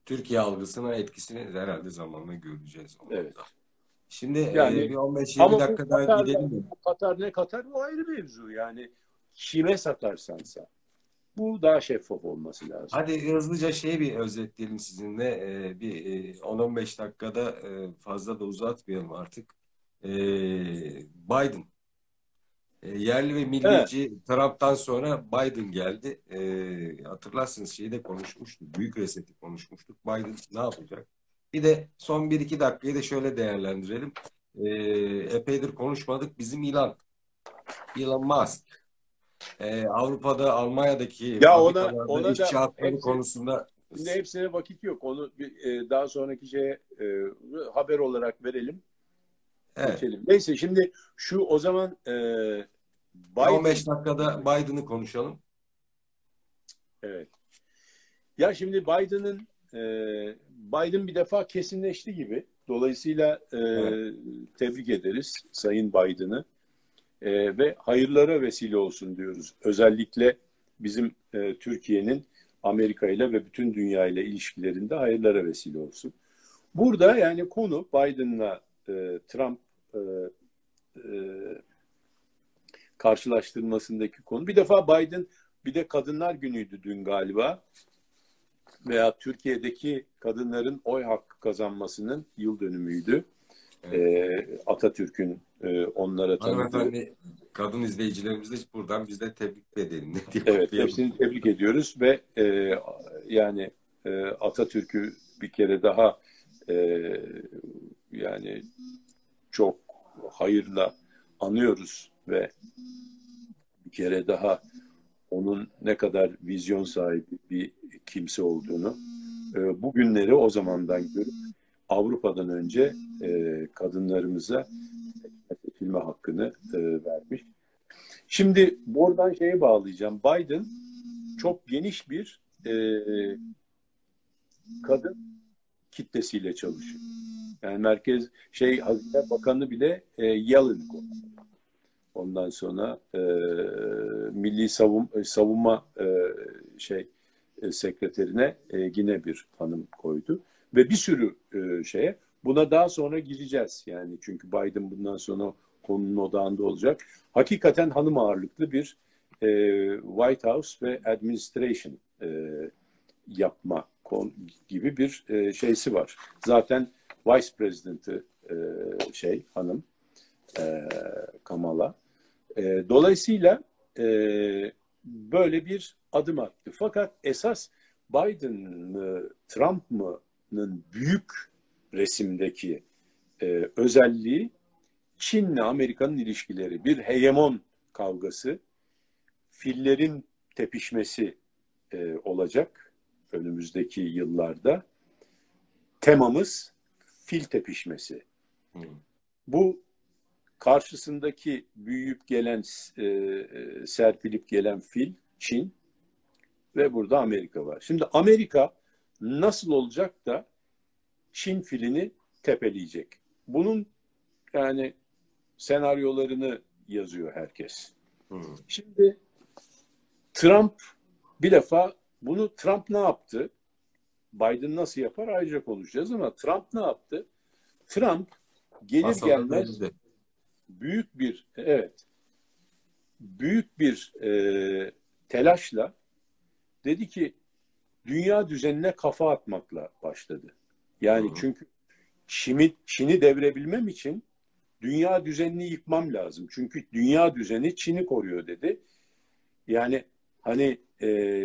Speaker 3: Türkiye algısına etkisini herhalde zamanla göreceğiz.
Speaker 2: Evet.
Speaker 3: Şimdi
Speaker 2: Yani
Speaker 3: e, bir on beş yirmi
Speaker 2: ama bu
Speaker 3: dakika daha
Speaker 2: Katar'da,
Speaker 3: gidelim mi?
Speaker 2: Katar ne Katar o ayrı mevzu. Yani kime satarsansa. Bu daha şeffaf olması lazım.
Speaker 3: Hadi hızlıca şey bir özetleyelim sizinle. E, bir e, on on beş dakikada e, fazla da uzatmayalım artık. E, Biden. E, yerli ve
Speaker 2: Evet.
Speaker 3: millici Trump'tan sonra Biden geldi. E, hatırlarsınız şeyi de konuşmuştuk. Büyük reseti konuşmuştuk. Biden ne yapacak? Bir de son bir iki dakikayı da şöyle değerlendirelim. E, epeydir konuşmadık. Bizim Elon. Elon Musk. E, Avrupa'da, Almanya'daki
Speaker 2: Ya ona
Speaker 3: fabrikalarda
Speaker 2: ona
Speaker 3: işçi
Speaker 2: da
Speaker 3: hakları
Speaker 2: hepsi
Speaker 3: konusunda
Speaker 2: şimdi hepsine vakit yok. Onu bir, e, daha sonraki şeye e, haber olarak verelim.
Speaker 3: evet.
Speaker 2: Geçelim. Neyse şimdi şu o zaman e,
Speaker 3: Bir
Speaker 2: Biden
Speaker 3: on beş dakikada Biden'ı konuşalım.
Speaker 2: evet. Ya şimdi Biden'ın e, Biden bir defa kesinleşti gibi. Dolayısıyla e,
Speaker 3: Evet.
Speaker 2: tebrik ederiz Sayın Biden'ı. E, ve hayırlara vesile olsun diyoruz. Özellikle bizim e, Türkiye'nin Amerika ile ve bütün dünya ile ilişkilerinde hayırlara vesile olsun. Burada yani konu Biden'la e, Trump e, e, karşılaştırmasındaki konu. Bir defa Biden bir de Kadınlar Günü'ydü dün galiba veya Türkiye'deki kadınların oy hakkı kazanmasının yıl dönümüydü.
Speaker 3: Evet.
Speaker 2: E, Atatürk'ün e, onlara tanıdığı.
Speaker 3: Hanımefendi, kadın izleyicilerimiz de buradan biz de tebrik edelim. Ne diye
Speaker 2: Evet,
Speaker 3: kutlayalım.
Speaker 2: hepsini tebrik ediyoruz ve e, yani e, Atatürk'ü bir kere daha e, yani çok hayırla anıyoruz ve bir kere daha onun ne kadar vizyon sahibi bir kimse olduğunu e, bu günleri o zamandan görüp Avrupa'dan önce e, kadınlarımıza seçilme hakkını e, vermiş. Şimdi buradan şeye bağlayacağım. Biden çok geniş bir e, kadın kitlesiyle çalışıyor. Yani merkez şey Hazine Bakanı bile e, Yellen. Ondan sonra e, Milli Savun, Savunma e, şey e, sekreterine e, yine bir hanım koydu ve bir sürü e, şeye buna daha sonra gireceğiz. Yani çünkü Biden bundan sonra konunun odağında olacak. Hakikaten hanım ağırlıklı bir e, White House ve Administration e, yapma gibi bir e, şeysi var. Zaten Vice President'ı e, şey hanım e, Kamala. E, dolayısıyla e, böyle bir adım attı. Fakat esas Biden mı Trump mı'nın büyük resimdeki e, özelliği Çin'le Amerika'nın ilişkileri. Bir hegemon kavgası, fillerin tepişmesi e, olacak önümüzdeki yıllarda. Temamız fil tepişmesi.
Speaker 3: Hmm.
Speaker 2: Bu karşısındaki büyüyüp gelen, e, serpilip gelen fil Çin ve burada Amerika var. Şimdi Amerika nasıl olacak da Çin filini tepeleyecek? Bunun yani senaryolarını yazıyor herkes.
Speaker 3: Hmm.
Speaker 2: Şimdi Trump bir defa bunu Trump ne yaptı? Biden nasıl yapar ayrıca konuşacağız ama Trump ne yaptı? Trump gelir
Speaker 3: Masada
Speaker 2: gelmez
Speaker 3: belli.
Speaker 2: büyük bir evet büyük bir e, telaşla dedi ki dünya düzenine kafa atmakla başladı. Yani
Speaker 3: Hı.
Speaker 2: çünkü Çin'i Çin'i devirebilmem için dünya düzenini yıkmam lazım. Çünkü dünya düzeni Çin'i koruyor dedi. Yani hani e,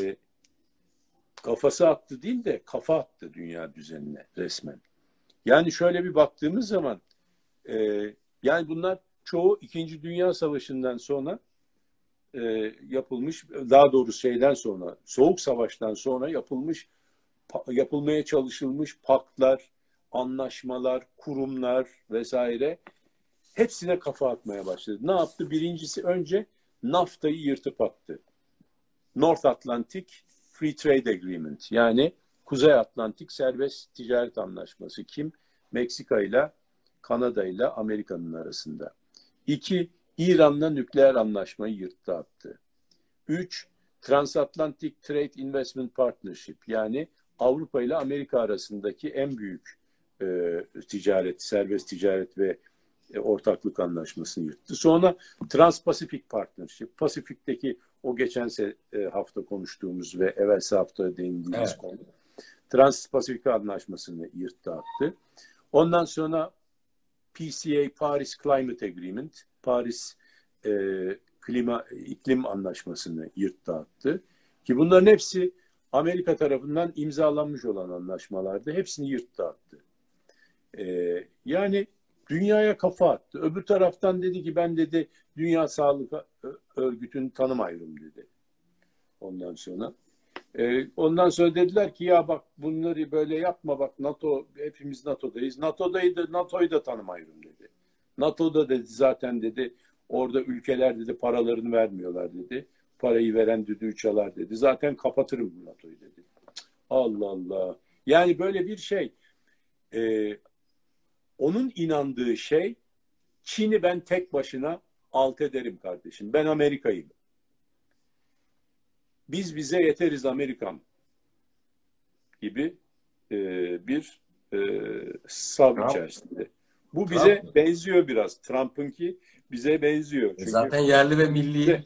Speaker 2: kafası attı değil de kafa attı dünya düzenine resmen. Yani şöyle bir baktığımız zaman e, yani bunlar çoğu İkinci Dünya Savaşı'ndan sonra e, yapılmış, daha doğrusu şeyden sonra, Soğuk Savaş'tan sonra yapılmış, yapılmaya çalışılmış paktlar, anlaşmalar, kurumlar vesaire hepsine kafa atmaya başladı. Ne yaptı? Birincisi önce NAFTA'yı yırtıp attı. North Atlantic Free Trade Agreement, yani Kuzey Atlantik Serbest Ticaret Anlaşması. Kim? Meksika ile Kanada ile Amerika'nın arasında. İki, İran'la nükleer anlaşmayı yırttı attı. Üç, Transatlantic Trade Investment Partnership, yani Avrupa ile Amerika arasındaki en büyük e, ticaret, serbest ticaret ve e, ortaklık anlaşmasını yırttı. Sonra Trans-Pacific Partnership, Pasifik'teki o geçen se, e, hafta konuştuğumuz ve evvelsi hafta değindiğimiz
Speaker 3: Evet.
Speaker 2: konu. Trans-Pasifik Anlaşması'nı yırttı attı. Ondan sonra P C A, Paris Climate Agreement, Paris e, klima iklim anlaşmasını yırttı attı. Ki bunların hepsi Amerika tarafından imzalanmış olan anlaşmalardı. Hepsini yırttı attı. E, yani dünyaya kafa attı. Öbür taraftan dedi ki ben dedi Dünya Sağlık Örgütü'nü tanımıyorum dedi. Ondan sonra e, ondan sonra dediler ki ya bak bunları böyle yapma bak NATO, hepimiz NATO'dayız. NATO'daydı, NATO'yu da tanımıyorum dedi. NATO'da dedi zaten dedi orada ülkeler dedi paralarını vermiyorlar dedi. Parayı veren düdüğü çalar dedi. Zaten kapatırım bu NATO'yu dedi. Allah Allah. Yani böyle bir şey. E, onun inandığı şey Çin'i ben tek başına alt ederim kardeşim. Ben Amerika'yım. Biz bize yeteriz Amerikan gibi e, bir e, sav
Speaker 3: Trump.
Speaker 2: içerisinde. Bu
Speaker 3: Trump.
Speaker 2: bize benziyor biraz. Trump'ınki bize benziyor. Çünkü
Speaker 3: Zaten yerli ve milli.
Speaker 2: Bir de,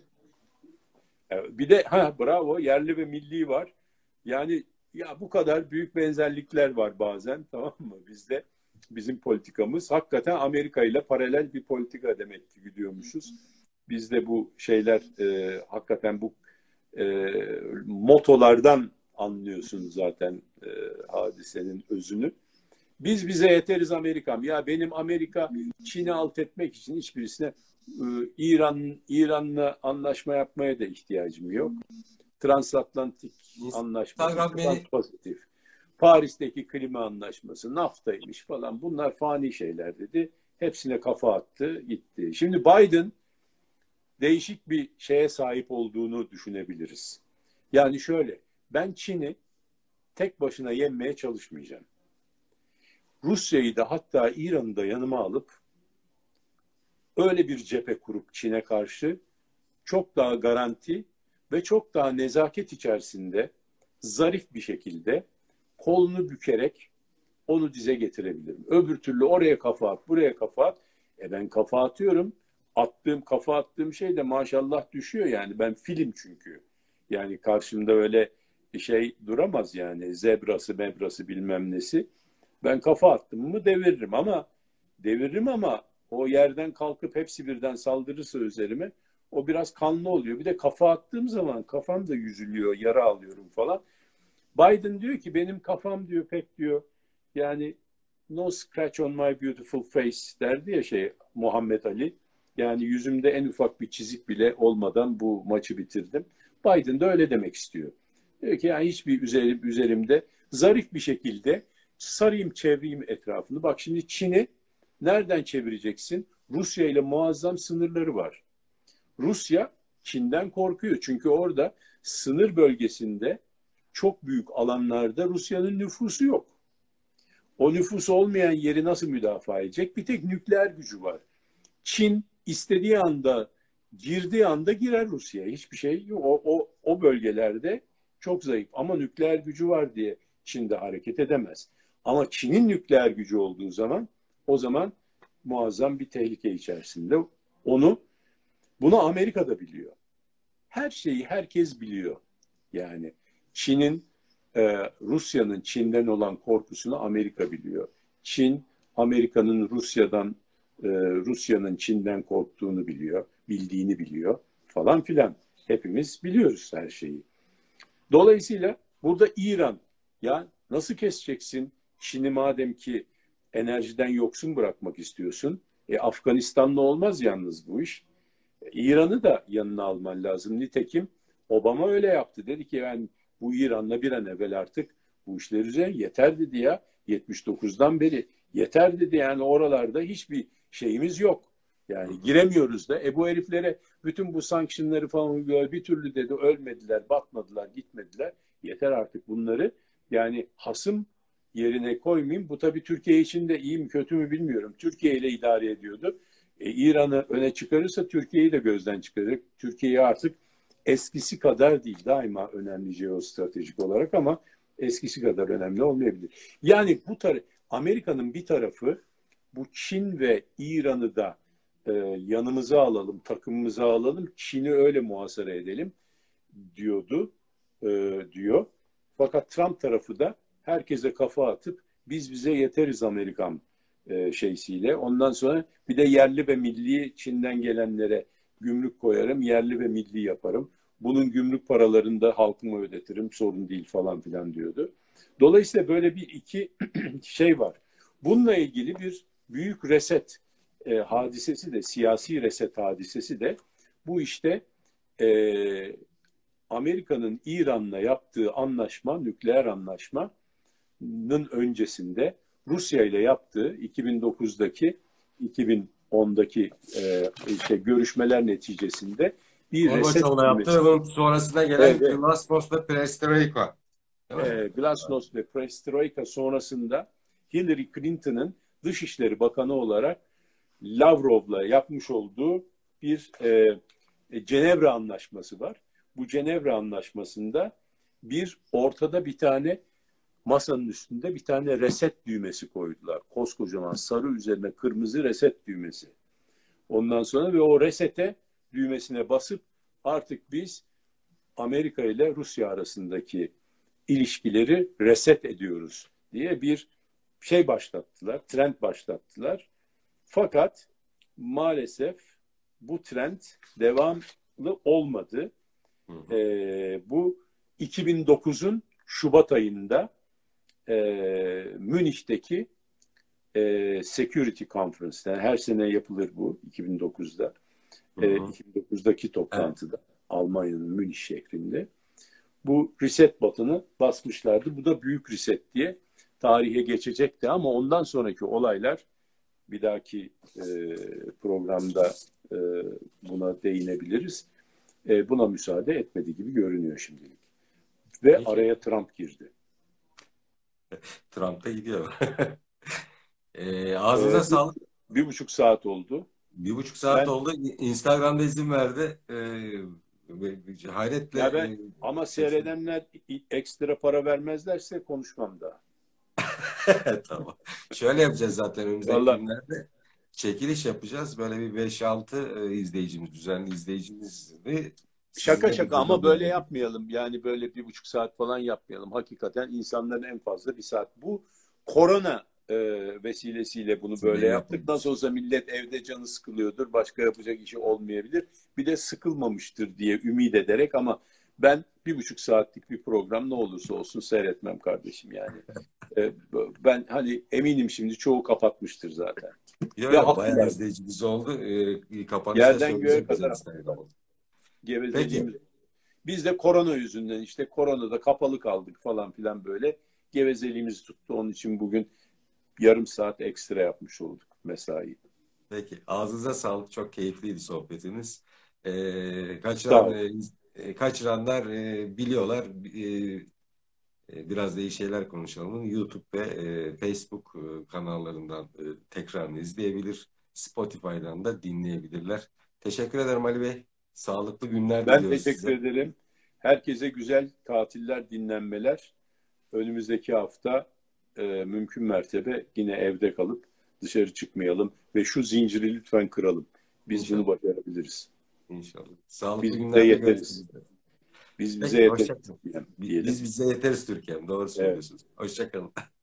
Speaker 2: bir de ha bravo yerli ve milli var. Yani ya bu kadar büyük benzerlikler var bazen, tamam mı? Bizde bizim politikamız hakikaten Amerika ile paralel bir politika demek ki gidiyormuşuz. Bizde bu şeyler e, hakikaten bu e, motolardan anlıyorsunuz zaten e, hadisenin özünü. Biz bize yeteriz Amerika'm. Ya benim Amerika Çin'i alt etmek için hiçbirisine e, İran İran'la anlaşma yapmaya da ihtiyacım yok. Transatlantik anlaşması, Trans-Pasifik, Paris'teki klima anlaşması, NAFTA'ymış falan, bunlar fani şeyler dedi. Hepsine kafa attı, gitti. Şimdi Biden değişik bir şeye sahip olduğunu düşünebiliriz. Yani şöyle, ben Çin'i tek başına yenmeye çalışmayacağım. Rusya'yı da hatta İran'ı da yanıma alıp öyle bir cephe kurup Çin'e karşı çok daha garanti ve çok daha nezaket içerisinde zarif bir şekilde kolunu bükerek onu dize getirebilirim. Öbür türlü oraya kafa at, buraya kafa at. E ben kafa atıyorum. Attığım, kafa attığım şey de maşallah düşüyor yani. Ben film çünkü. Yani karşımda öyle bir şey duramaz yani. Zebrası, mebrası bilmem nesi. Ben kafa attım mı deviririm ama deviririm ama o yerden kalkıp hepsi birden saldırırsa üzerime o biraz kanlı oluyor. Bir de kafa attığım zaman kafam da yüzülüyor, yara alıyorum falan. Biden diyor ki benim kafam diyor pek diyor yani no scratch on my beautiful face derdi ya şey Muhammed Ali. Yani yüzümde en ufak bir çizik bile olmadan bu maçı bitirdim. Biden de öyle demek istiyor. Diyor ki yani hiçbir üzerim, üzerimde zarif bir şekilde sarayım çevireyim etrafını. Bak şimdi Çin'i nereden çevireceksin? Rusya ile muazzam sınırları var. Rusya Çin'den korkuyor. Çünkü orada sınır bölgesinde çok büyük alanlarda Rusya'nın nüfusu yok. O nüfus olmayan yeri nasıl müdafaa edecek? Bir tek nükleer gücü var. Çin istediği anda, girdiği anda girer Rusya'ya. Hiçbir şey yok. O, o, o bölgelerde çok zayıf. Ama nükleer gücü var diye Çin de hareket edemez. Ama Çin'in nükleer gücü olduğu zaman o zaman muazzam bir tehlike içerisinde. Onu, bunu Amerika da biliyor. Her şeyi herkes biliyor. Yani Çin'in, e, Rusya'nın Çin'den olan korkusunu Amerika biliyor. Çin, Amerika'nın Rusya'dan, e, Rusya'nın Çin'den korktuğunu biliyor, bildiğini biliyor falan filan. Hepimiz biliyoruz her şeyi. Dolayısıyla burada İran, ya nasıl keseceksin Çin'i madem ki enerjiden yoksun bırakmak istiyorsun? E, Afganistan'la olmaz yalnız bu iş. E, İran'ı da yanına alman lazım. Nitekim Obama öyle yaptı. Dedi ki yani bu İran'la bir an evvel artık bu işler üzerine yeter dedi ya. yetmiş dokuzdan beri yeter dedi yani oralarda hiçbir şeyimiz yok. Yani giremiyoruz da. E bu heriflere bütün bu sanctionları falan uyguluyor. Bir türlü dedi ölmediler, batmadılar, gitmediler. Yeter artık bunları yani hasım yerine koymayayım. Bu tabii Türkiye için de iyi mi kötü mü bilmiyorum. Türkiye ile idare ediyordu. E, İran'ı öne çıkarırsa Türkiye'yi de gözden çıkarır. Türkiye'yi artık eskisi kadar değil, daima önemli jeostratejik olarak ama eskisi kadar önemli olmayabilir. Yani bu tar- Amerika'nın bir tarafı bu Çin ve İran'ı da e, yanımıza alalım, takımımıza alalım, Çin'i öyle muhasara edelim diyordu, e, diyor. Fakat Trump tarafı da herkese kafa atıp biz bize yeteriz Amerikan e, şeysiyle. Ondan sonra bir de yerli ve milli Çin'den gelenlere gümrük koyarım, yerli ve milli yaparım. Bunun gümrük paralarını da halkıma ödetirim, sorun değil falan filan diyordu. Dolayısıyla böyle bir iki şey var. Bununla ilgili bir büyük reset e, hadisesi de, siyasi reset hadisesi de bu işte e, Amerika'nın İran'la yaptığı anlaşma, nükleer anlaşmanın öncesinde Rusya ile yaptığı iki bin dokuzdaki iki bin ondaki e, işte görüşmeler neticesinde bir reset
Speaker 3: Gorbaçov'la yaptı
Speaker 2: cümlesi.
Speaker 3: ve bunun sonrasında gelen
Speaker 2: Evet, evet.
Speaker 3: Glasnost ve Perestroika. Değil mi?
Speaker 2: E, Glasnost ve Perestroika sonrasında Hillary Clinton'ın Dışişleri Bakanı olarak Lavrov'la yapmış olduğu bir e, e, Cenevre Anlaşması var. Bu Cenevre Anlaşması'nda bir ortada bir tane masanın üstünde bir tane reset düğmesi koydular. Koskocaman sarı üzerine kırmızı reset düğmesi. Ondan sonra ve o resete düğmesine basıp artık biz Amerika ile Rusya arasındaki ilişkileri reset ediyoruz diye bir şey başlattılar, trend başlattılar. Fakat maalesef bu trend devamlı olmadı.
Speaker 3: Hı hı.
Speaker 2: Ee, bu iki bin dokuzun Şubat ayında e, Münih'teki e, Security Conference, yani her sene yapılır bu iki bin dokuzda.
Speaker 3: Hı
Speaker 2: E,
Speaker 3: hı.
Speaker 2: iki bin dokuzdaki
Speaker 3: Evet.
Speaker 2: toplantıda Almanya'nın Münih şehrinde bu reset butonu basmışlardı. Bu da büyük reset diye tarihe geçecekti ama ondan sonraki olaylar bir dahaki e, programda e, buna değinebiliriz. E, buna müsaade etmedi gibi görünüyor şimdilik. Ve
Speaker 3: Peki.
Speaker 2: araya Trump girdi.
Speaker 3: Trump da gidiyor. E, ağzınıza
Speaker 2: E, bir,
Speaker 3: sağlık.
Speaker 2: bir buçuk saat oldu.
Speaker 3: Bir buçuk saat
Speaker 2: Ben
Speaker 3: oldu. Instagram'da izin verdi. E, hayretle
Speaker 2: ya ben
Speaker 3: e,
Speaker 2: ama
Speaker 3: sesini-
Speaker 2: seyredenler ekstra para vermezlerse konuşmam daha.
Speaker 3: Tamam. Şöyle yapacağız zaten önümüzdeki
Speaker 2: Vallahi
Speaker 3: günlerde. Çekiliş yapacağız. Böyle bir beş altı e, izleyicimiz, düzenli izleyicimizi
Speaker 2: şaka
Speaker 3: sizinle bir
Speaker 2: şaka ama
Speaker 3: burada
Speaker 2: böyle
Speaker 3: bulunduk.
Speaker 2: yapmayalım. Yani böyle bir buçuk saat falan yapmayalım. Hakikaten insanların en fazla bir saat. Bu korona e, vesilesiyle bunu böyle yaptık. Nasıl
Speaker 3: yapılmış.
Speaker 2: olsa millet evde canı sıkılıyordur. Başka yapacak işi olmayabilir. Bir de sıkılmamıştır diye ümit ederek ama ben bir buçuk saatlik bir program ne olursa olsun seyretmem kardeşim yani. E, ben hani eminim şimdi çoğu kapatmıştır zaten.
Speaker 3: Yok
Speaker 2: Ve
Speaker 3: yok bayağı
Speaker 2: haklılar.
Speaker 3: izleyicimiz oldu. E, kapanışta
Speaker 2: Yerden göğe
Speaker 3: söyleyeceğim bize
Speaker 2: kadar haklılar.
Speaker 3: Instagram'da. Peki.
Speaker 2: Gevezeliğimiz. Biz de korona yüzünden işte koronada kapalı kaldık falan filan böyle gevezeliğimiz tuttu. Onun için bugün yarım saat ekstra yapmış olduk mesai.
Speaker 3: Peki. Ağzınıza sağlık. Çok keyifliydi sohbetiniz. E,
Speaker 2: Sağ
Speaker 3: kaçıran
Speaker 2: ol.
Speaker 3: e, e, kaçıranlar e, biliyorlar. E, E, Biraz da iyi şeyler konuşalım. YouTube ve e, Facebook e, kanallarından e, tekrarını izleyebilir. Spotify'dan da dinleyebilirler. Teşekkür ederim Ali Bey. Sağlıklı günler
Speaker 2: Ben
Speaker 3: diliyoruz
Speaker 2: teşekkür
Speaker 3: size.
Speaker 2: ederim. Herkese güzel tatiller, dinlenmeler. Önümüzdeki hafta e, mümkün mertebe yine evde kalıp dışarı çıkmayalım ve şu zinciri lütfen kıralım. Biz bunu
Speaker 3: İnşallah.
Speaker 2: başarabiliriz.
Speaker 3: İnşallah. Sağlıklı
Speaker 2: Biz bize
Speaker 3: günlerde görüşmek
Speaker 2: yeteriz.
Speaker 3: üzere.
Speaker 2: Biz bize
Speaker 3: Peki,
Speaker 2: yeteriz
Speaker 3: hoşça kalın.
Speaker 2: diyelim.
Speaker 3: Biz bize yeteriz Türkiye'm. Doğru
Speaker 2: Evet.
Speaker 3: söylüyorsunuz. Hoşça kalın.